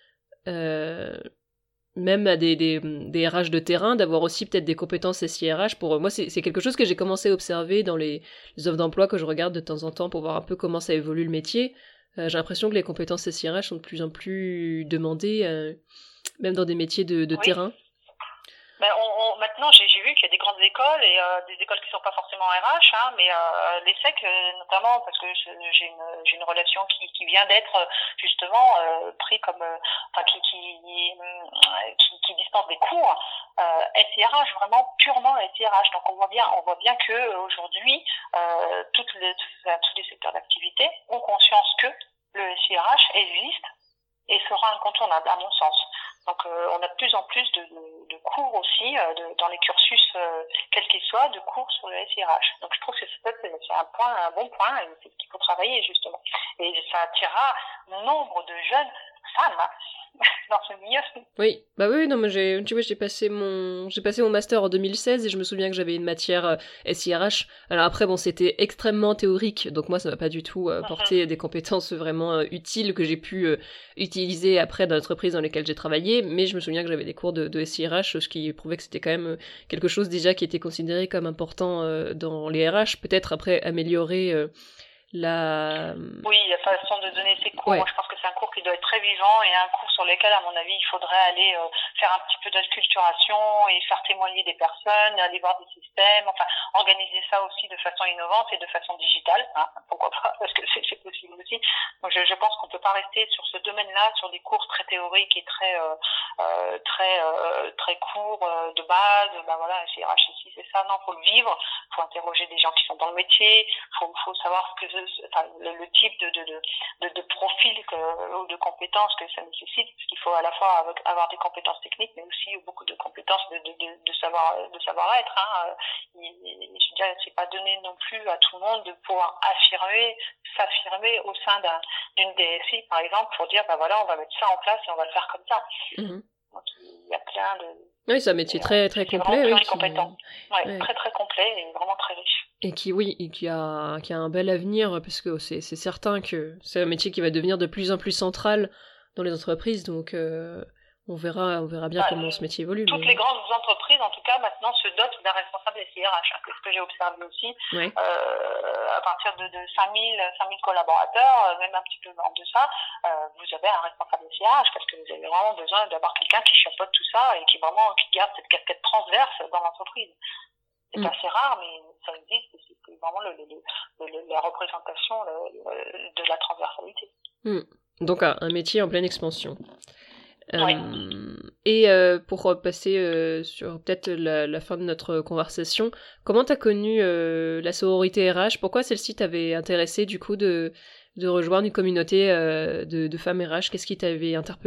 Euh, même à des, des, des R H de terrain, d'avoir aussi peut-être des compétences S I R H. Pour moi, c'est, c'est quelque chose que j'ai commencé à observer dans les, les offres d'emploi que je regarde de temps en temps pour voir un peu comment ça évolue le métier. Euh, j'ai l'impression que les compétences S I R H sont de plus en plus demandées, euh, même dans des métiers de, de Oui. terrain. Ben, on, on, maintenant, j'ai, j'ai vu qu'il y a des grandes écoles et euh, des écoles qui sont pas forcément R H, hein, mais euh, les S E C, euh, notamment, parce que j'ai une, j'ai une relation qui, qui vient d'être justement euh, pris comme, euh, enfin, qui, qui, qui, qui dispense des cours euh, S I R H, vraiment purement S I R H. Donc on voit bien, on voit bien que aujourd'hui, euh, toutes les, tous les secteurs d'activité ont conscience que le S I R H existe et sera incontournable, à mon sens. Donc euh, on a de plus en plus de, de, de cours aussi, euh, de, dans les cursus, euh, quels qu'ils soient, de cours sur le S I R H. Donc je trouve que c'est, c'est un point, un bon point, et c'est ce qu'il faut travailler justement. Et ça attirera nombre de jeunes femme dans ce milieu. Oui, bah oui, non, mais j'ai, tu vois, j'ai passé mon, j'ai passé mon master en deux mille seize et je me souviens que j'avais une matière euh, S I R H. Alors après, bon, c'était extrêmement théorique, donc moi, ça m'a pas du tout euh, porté des compétences vraiment euh, utiles que j'ai pu euh, utiliser après dans l'entreprise dans lesquelles j'ai travaillé, mais je me souviens que j'avais des cours de, de S I R H, ce qui prouvait que c'était quand même euh, quelque chose déjà qui était considéré comme important euh, dans les R H, peut-être après améliorer euh, la... Oui, la façon de donner ces cours, ouais. moi je pense que c'est un cours qui doit être très vivant et un cours sur lequel, à mon avis, il faudrait aller euh, faire un petit peu d'acculturation et faire témoigner des personnes, aller voir des systèmes, enfin organiser ça aussi de façon innovante et de façon digitale, hein, pourquoi pas, parce que c'est, c'est possible aussi. Donc je, je pense qu'on peut pas rester sur ce domaine-là, sur des cours très théoriques et très euh, euh, très euh, très courts euh, de base, ben voilà, S I R H ici c'est ça, non, faut le vivre, faut interroger des gens qui sont dans le métier, faut faut savoir ce que enfin, le, le type de, de, de, de profil que, ou de compétences que ça nécessite, parce qu'il faut à la fois avoir des compétences techniques, mais aussi beaucoup de compétences de, de, de, de savoir de savoir-être. Hein. Et, et, je veux dire, c'est pas donné non plus à tout le monde de pouvoir affirmer, s'affirmer au sein d'un, d'une D S I, par exemple, pour dire, ben voilà, on va mettre ça en place et on va le faire comme ça. Mmh. Donc, il y a plein de... Oui, c'est un métier très, très c'est complet. Vraiment oui, compétent. qui... Ouais, ouais. Très, très complet et vraiment très riche. Et qui, oui, et qui a, qui a un bel avenir, parce que c'est, c'est certain que c'est un métier qui va devenir de plus en plus central dans les entreprises, donc euh, on verra, on verra bien bah, comment ce métier évolue. Toutes mais... les grandes entreprises, en tout cas, maintenant se dotent d'un responsable S I R H, hein, c'est ce que j'ai observé aussi. Ouais. Euh, à partir de, de cinq mille collaborateurs, même un petit peu en deçà, euh, vous avez un responsable S I R H, parce que vous avez vraiment besoin d'avoir quelqu'un qui chapeaute tout ça et qui vraiment qui garde cette casquette transverse dans l'entreprise. C'est mmh. assez rare, mais ça existe, c'est vraiment le, le, le, le, la représentation le, de la transversalité. Mmh. Donc un, un métier en pleine expansion. Ouais. Euh, et euh, pour passer euh, sur peut-être la, la fin de notre conversation, comment t'as connu euh, la sororité R H ? Pourquoi celle-ci t'avait intéressé du coup de, de rejoindre une communauté euh, de, de femmes R H ? Qu'est-ce qui t'avait interpellé ?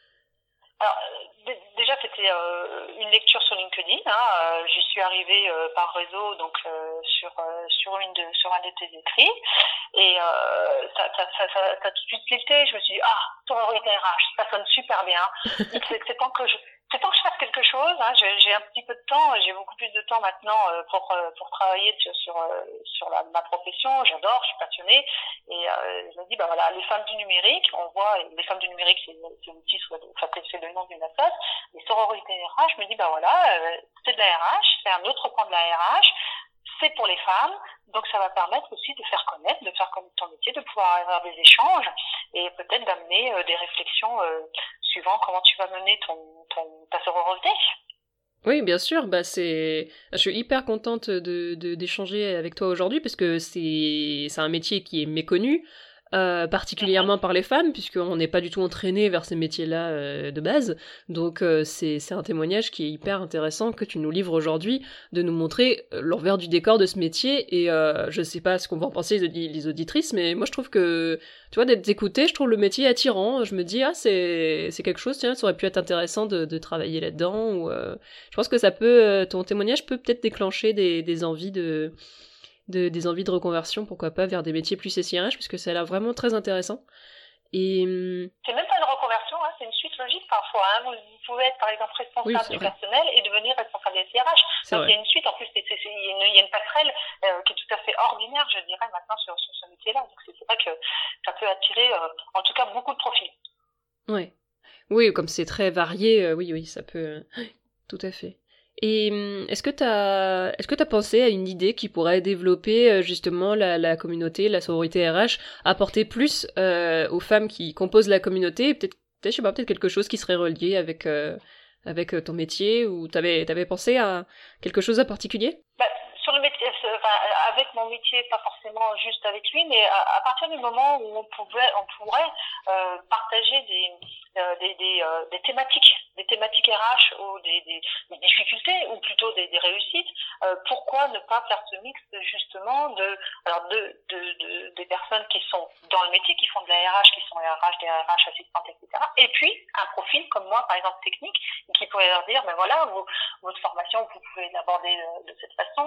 Alors, d- déjà c'était euh, une lecture sur LinkedIn. Hein, euh, j'y suis arrivée euh, par réseau, donc euh, sur euh, sur une de sur un de tes écrits, et euh, ça, ça, ça, ça, ça a tout de suite cliqué. Je me suis dit ah, sororité R H, ça sonne super bien. c'est, c'est tant que je c'est tant que je fasse quelque chose. Hein, j'ai, j'ai un petit peu de temps, j'ai beaucoup plus de temps maintenant euh, pour euh, pour travailler sur sur euh, sur la, ma profession. J'adore, je suis passionnée, et euh, je me dis bah voilà, les femmes du numérique, on voit les femmes du numérique, c'est, c'est une petite, enfin c'est le nom d'une association. Les sororités R H, je me dis bah voilà, euh, c'est de la R H, c'est un autre point de la R H. C'est pour les femmes, donc ça va permettre aussi de faire connaître, de faire connaître ton métier, de pouvoir avoir des échanges et peut-être d'amener euh, des réflexions euh, suivant comment tu vas mener ton, ton, ta sororité. Oui, bien sûr, bah c'est... je suis hyper contente de, de, d'échanger avec toi aujourd'hui parce que c'est, c'est un métier qui est méconnu, euh, particulièrement par les femmes, puisqu'on n'est pas du tout entraîné vers ces métiers-là euh, de base. Donc euh, c'est, c'est un témoignage qui est hyper intéressant que tu nous livres aujourd'hui, de nous montrer l'envers du décor de ce métier. Et euh, je sais pas ce qu'on va en penser les, audi- les auditrices, mais moi je trouve que, tu vois, d'être écoutée, je trouve le métier attirant. Je me dis, ah, c'est, c'est quelque chose, tiens, ça aurait pu être intéressant de, de travailler là-dedans. Ou, euh, je pense que ça peut, ton témoignage peut peut-être déclencher des, des envies de... De, des envies de reconversion, pourquoi pas, vers des métiers plus S I R H, parce que ça a l'air vraiment très intéressant. Et... C'est même pas une reconversion, hein, c'est une suite logique parfois. Hein. Vous, vous pouvez être par exemple responsable oui, du vrai. personnel et devenir responsable S I R H. C'est Donc vrai. il y a une suite, en plus c'est, c'est, c'est, il, y a une, il y a une passerelle euh, qui est tout à fait ordinaire, je dirais, maintenant sur, sur ce métier-là. Donc c'est, c'est vrai que ça peut attirer euh, en tout cas beaucoup de profils. Ouais. Oui, comme c'est très varié, euh, oui, oui, ça peut... Euh, tout à fait. Et est-ce que t'as, est-ce que t'as pensé à une idée qui pourrait développer justement la, la communauté, la sororité R H, apporter plus euh, aux femmes qui composent la communauté, peut-être, peut-être, je sais pas, peut-être quelque chose qui serait relié avec euh, avec ton métier, ou t'avais, t'avais pensé à quelque chose en particulier ? Bah, sur le métier, enfin, avec mon métier, pas forcément juste avec lui, mais à, à partir du moment où on pouvait, on pourrait euh, partager des euh, des des, euh, des thématiques. des thématiques R H ou des, des, des difficultés ou plutôt des, des réussites, euh, pourquoi ne pas faire ce mix justement de, alors de, de, de, des personnes qui sont dans le métier, qui font de la R H, qui sont R H, des R H assistantes, et cetera. Et puis, un profil comme moi, par exemple, technique, qui pourrait leur dire, ben voilà, vos, votre formation, vous pouvez l'aborder de, de cette façon, vos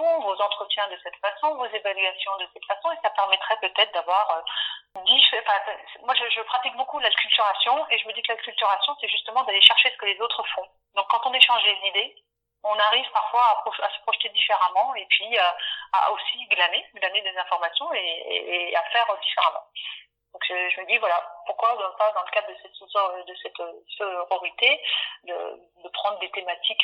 entretiens de cette façon, vos évaluations de cette façon, et ça permettrait peut-être d'avoir euh, dix, enfin, moi je, je pratique beaucoup l'acculturation, et je me dis que l'acculturation, c'est justement d'aller chercher ce que les autres font. Donc quand on échange les idées, on arrive parfois à, pro- à se projeter différemment, et puis euh, à aussi glaner, glaner des informations et, et, et à faire différemment. Donc je, je me dis voilà, pourquoi pas dans le cadre de cette de cette sororité de, de prendre des thématiques,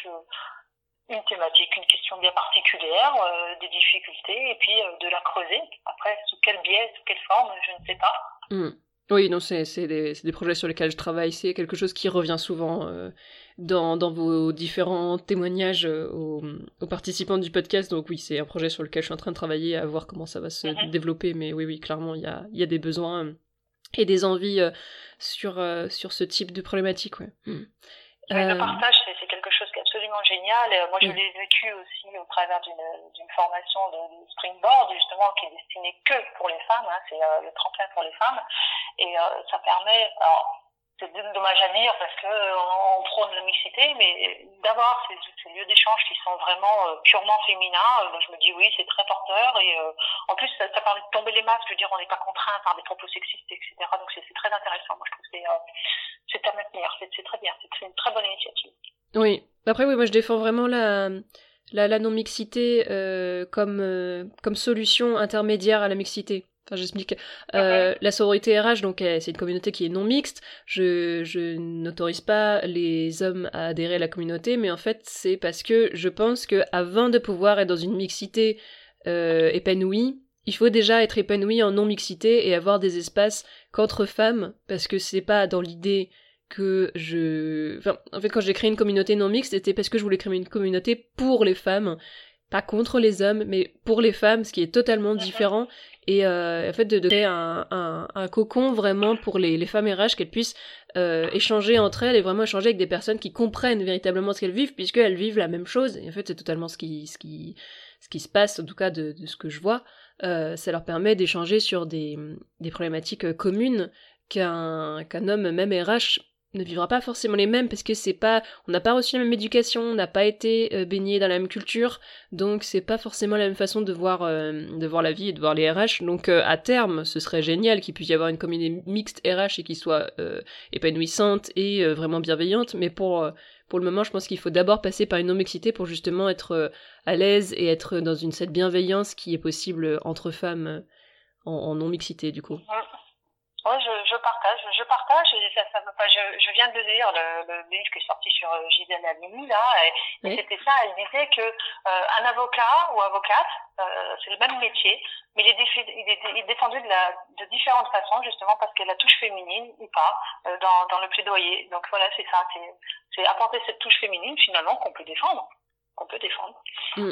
une thématique, une question bien particulière, euh, des difficultés, et puis euh, de la creuser. Après, sous quel biais, sous quelle forme, je ne sais pas. Mmh. Oui, non, c'est, c'est, des, c'est des projets sur lesquels je travaille, c'est quelque chose qui revient souvent euh, dans, dans vos différents témoignages euh, aux, aux participants du podcast, donc oui, c'est un projet sur lequel je suis en train de travailler, à voir comment ça va se mm-hmm. développer, mais oui, oui, clairement, il y a, y a des besoins et des envies euh, sur, euh, sur ce type de problématique, ouais. Mm. Oui, euh... le partage, c'est, c'est quelque chose qui est absolument génial. Et moi, je l'ai vécu aussi au travers d'une, d'une formation de, de Springboard, justement, qui est destinée que pour les femmes. Hein, c'est euh, le tremplin pour les femmes. Et euh, ça permet, alors, c'est dommage à dire parce que euh, on prône la mixité, mais d'avoir ces, ces lieux d'échange qui sont vraiment euh, purement féminins, euh, je me dis oui, c'est très porteur. Et euh, en plus, ça, ça permet de tomber les masques. Je veux dire, on n'est pas contraint par des propos sexistes, et cetera. Donc c'est, c'est très intéressant. Moi, je trouve que c'est, euh, c'est à maintenir. C'est, c'est très bien. C'est, c'est une très bonne initiative. Oui. Après, oui, moi, je défends vraiment la la, la non-mixité euh, comme euh, comme solution intermédiaire à la mixité. Enfin, j'explique. Euh, okay. La sororité R H, donc, c'est une communauté qui est non mixte. Je, je n'autorise pas les hommes à adhérer à la communauté, mais en fait, c'est parce que je pense que avant de pouvoir être dans une mixité euh, épanouie, il faut déjà être épanoui en non mixité et avoir des espaces qu'entre femmes, parce que c'est pas dans l'idée que je. Enfin, en fait, quand j'ai créé une communauté non mixte, c'était parce que je voulais créer une communauté pour les femmes. Pas contre les hommes, mais pour les femmes, ce qui est totalement différent. Et euh, en fait, de, de créer un, un, un cocon vraiment pour les, les femmes R H, qu'elles puissent euh, échanger entre elles et vraiment échanger avec des personnes qui comprennent véritablement ce qu'elles vivent, puisqu'elles vivent la même chose. Et en fait, c'est totalement ce qui, ce qui, ce qui se passe, en tout cas de, de ce que je vois. Euh, ça leur permet d'échanger sur des, des problématiques communes qu'un, qu'un homme, même R H, ne vivra pas forcément les mêmes parce que c'est pas, on n'a pas reçu la même éducation, on n'a pas été euh, baigné dans la même culture, donc c'est pas forcément la même façon de voir euh, de voir la vie et de voir les R H. Donc euh, à terme, ce serait génial qu'il puisse y avoir une communauté mixte R H et qui soit euh, épanouissante et euh, vraiment bienveillante. Mais pour euh, pour le moment, je pense qu'il faut d'abord passer par une non-mixité pour justement être euh, à l'aise et être dans une cette bienveillance qui est possible entre femmes euh, en, en non-mixité du coup. Oui, je, je partage, je partage, et ça, ça, enfin, je, je viens de lire le, le livre qui est sorti sur euh, Gisèle Halimi, là, et, oui. et c'était ça, elle disait que euh, un avocat ou avocate, euh, c'est le même métier, mais il est, défi, il est, il est défendu de, la, de différentes façons, justement parce qu'il y a la touche féminine ou pas euh, dans, dans le plaidoyer. Donc voilà, c'est ça, c'est, c'est apporter cette touche féminine, finalement, qu'on peut défendre, qu'on peut défendre. Mmh.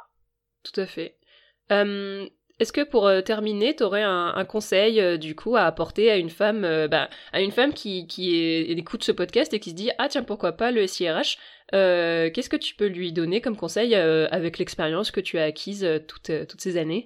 Tout à fait. Euh... Est-ce que pour euh, terminer, tu aurais un, un conseil euh, du coup à apporter à une femme, euh, bah, à une femme qui, qui est, écoute ce podcast et qui se dit ah tiens pourquoi pas le S I R H, euh, qu'est-ce que tu peux lui donner comme conseil euh, avec l'expérience que tu as acquise euh, toutes, euh, toutes ces années?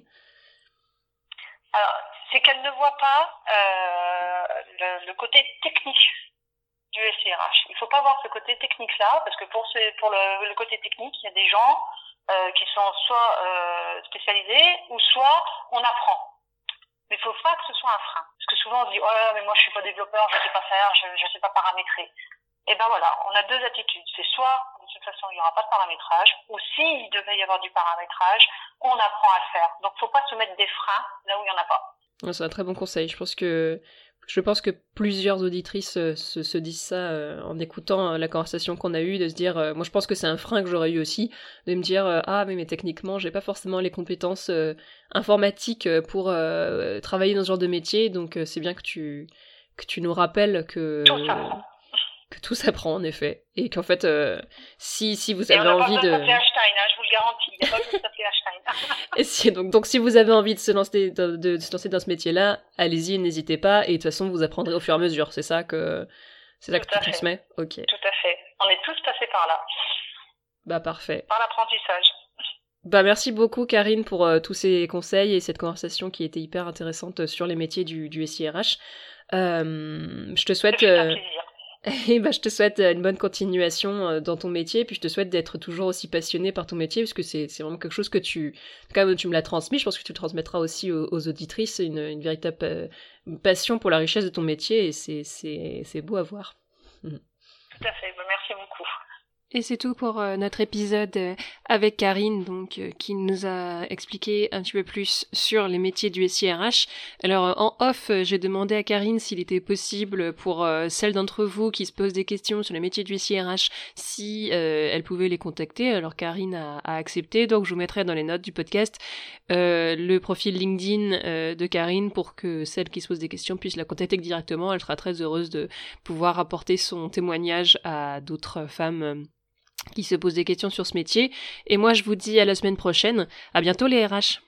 Alors c'est qu'elle ne voit pas euh, le, le côté technique du S I R H. Il faut pas voir ce côté technique là parce que pour, ce, pour le, le côté technique il y a des gens Euh, qui sont soit euh, spécialisés ou soit on apprend. Mais il faut pas que ce soit un frein. Parce que souvent on se dit oh là, mais moi je suis pas développeur, je sais pas faire, je je sais pas paramétrer. Et ben voilà, on a deux attitudes. C'est soit de toute façon il y aura pas de paramétrage, ou s'il devait y avoir du paramétrage, on apprend à le faire. Donc faut pas se mettre des freins là où il y en a pas. C'est un très bon conseil. Je pense que Je pense que plusieurs auditrices euh, se, se disent ça euh, en écoutant euh, la conversation qu'on a eue, de se dire, euh, moi je pense que c'est un frein que j'aurais eu aussi, de me dire, euh, ah mais, mais techniquement j'ai pas forcément les compétences euh, informatiques pour euh, travailler dans ce genre de métier, donc euh, c'est bien que tu, que tu nous rappelles que... Tout s'apprend. Que tout s'apprend en effet, et qu'en fait, euh, si, si vous et avez on envie de... On n'a pas besoin de s'appeler Einstein, hein, je vous le garantis, il n'y a pas besoin de s'appeler Einstein. Et si, donc, donc si vous avez envie de se lancer, de, de se lancer dans ce métier-là, allez-y, n'hésitez pas, et de toute façon vous apprendrez au fur et à mesure, c'est ça que, c'est ça que tu transmets? Ok. Tout à fait, on est tous passés par là. Bah parfait. Par l'apprentissage. Bah merci beaucoup Karine pour euh, tous ces conseils et cette conversation qui était hyper intéressante sur les métiers du, du S I R H. Euh, je te souhaite... C'est un euh, plaisir. Et bah, je te souhaite une bonne continuation dans ton métier, puis je te souhaite d'être toujours aussi passionné par ton métier, parce que c'est, c'est vraiment quelque chose que tu, comme tu me l'as transmis, je pense que tu le transmettras aussi aux, aux auditrices, une, une véritable euh, passion pour la richesse de ton métier, et c'est, c'est, c'est beau à voir. Mmh. Tout à fait, merci beaucoup. Et c'est tout pour euh, notre épisode euh, avec Karine, donc euh, qui nous a expliqué un petit peu plus sur les métiers du S I R H. Alors euh, en off, euh, j'ai demandé à Karine s'il était possible pour euh, celles d'entre vous qui se posent des questions sur les métiers du S I R H, si euh, elle pouvait les contacter. Alors Karine a, a accepté, donc je vous mettrai dans les notes du podcast euh, le profil LinkedIn euh, de Karine pour que celles qui se posent des questions puissent la contacter directement. Elle sera très heureuse de pouvoir apporter son témoignage à d'autres femmes euh, qui se posent des questions sur ce métier. Et moi, je vous dis à la semaine prochaine. À bientôt les R H.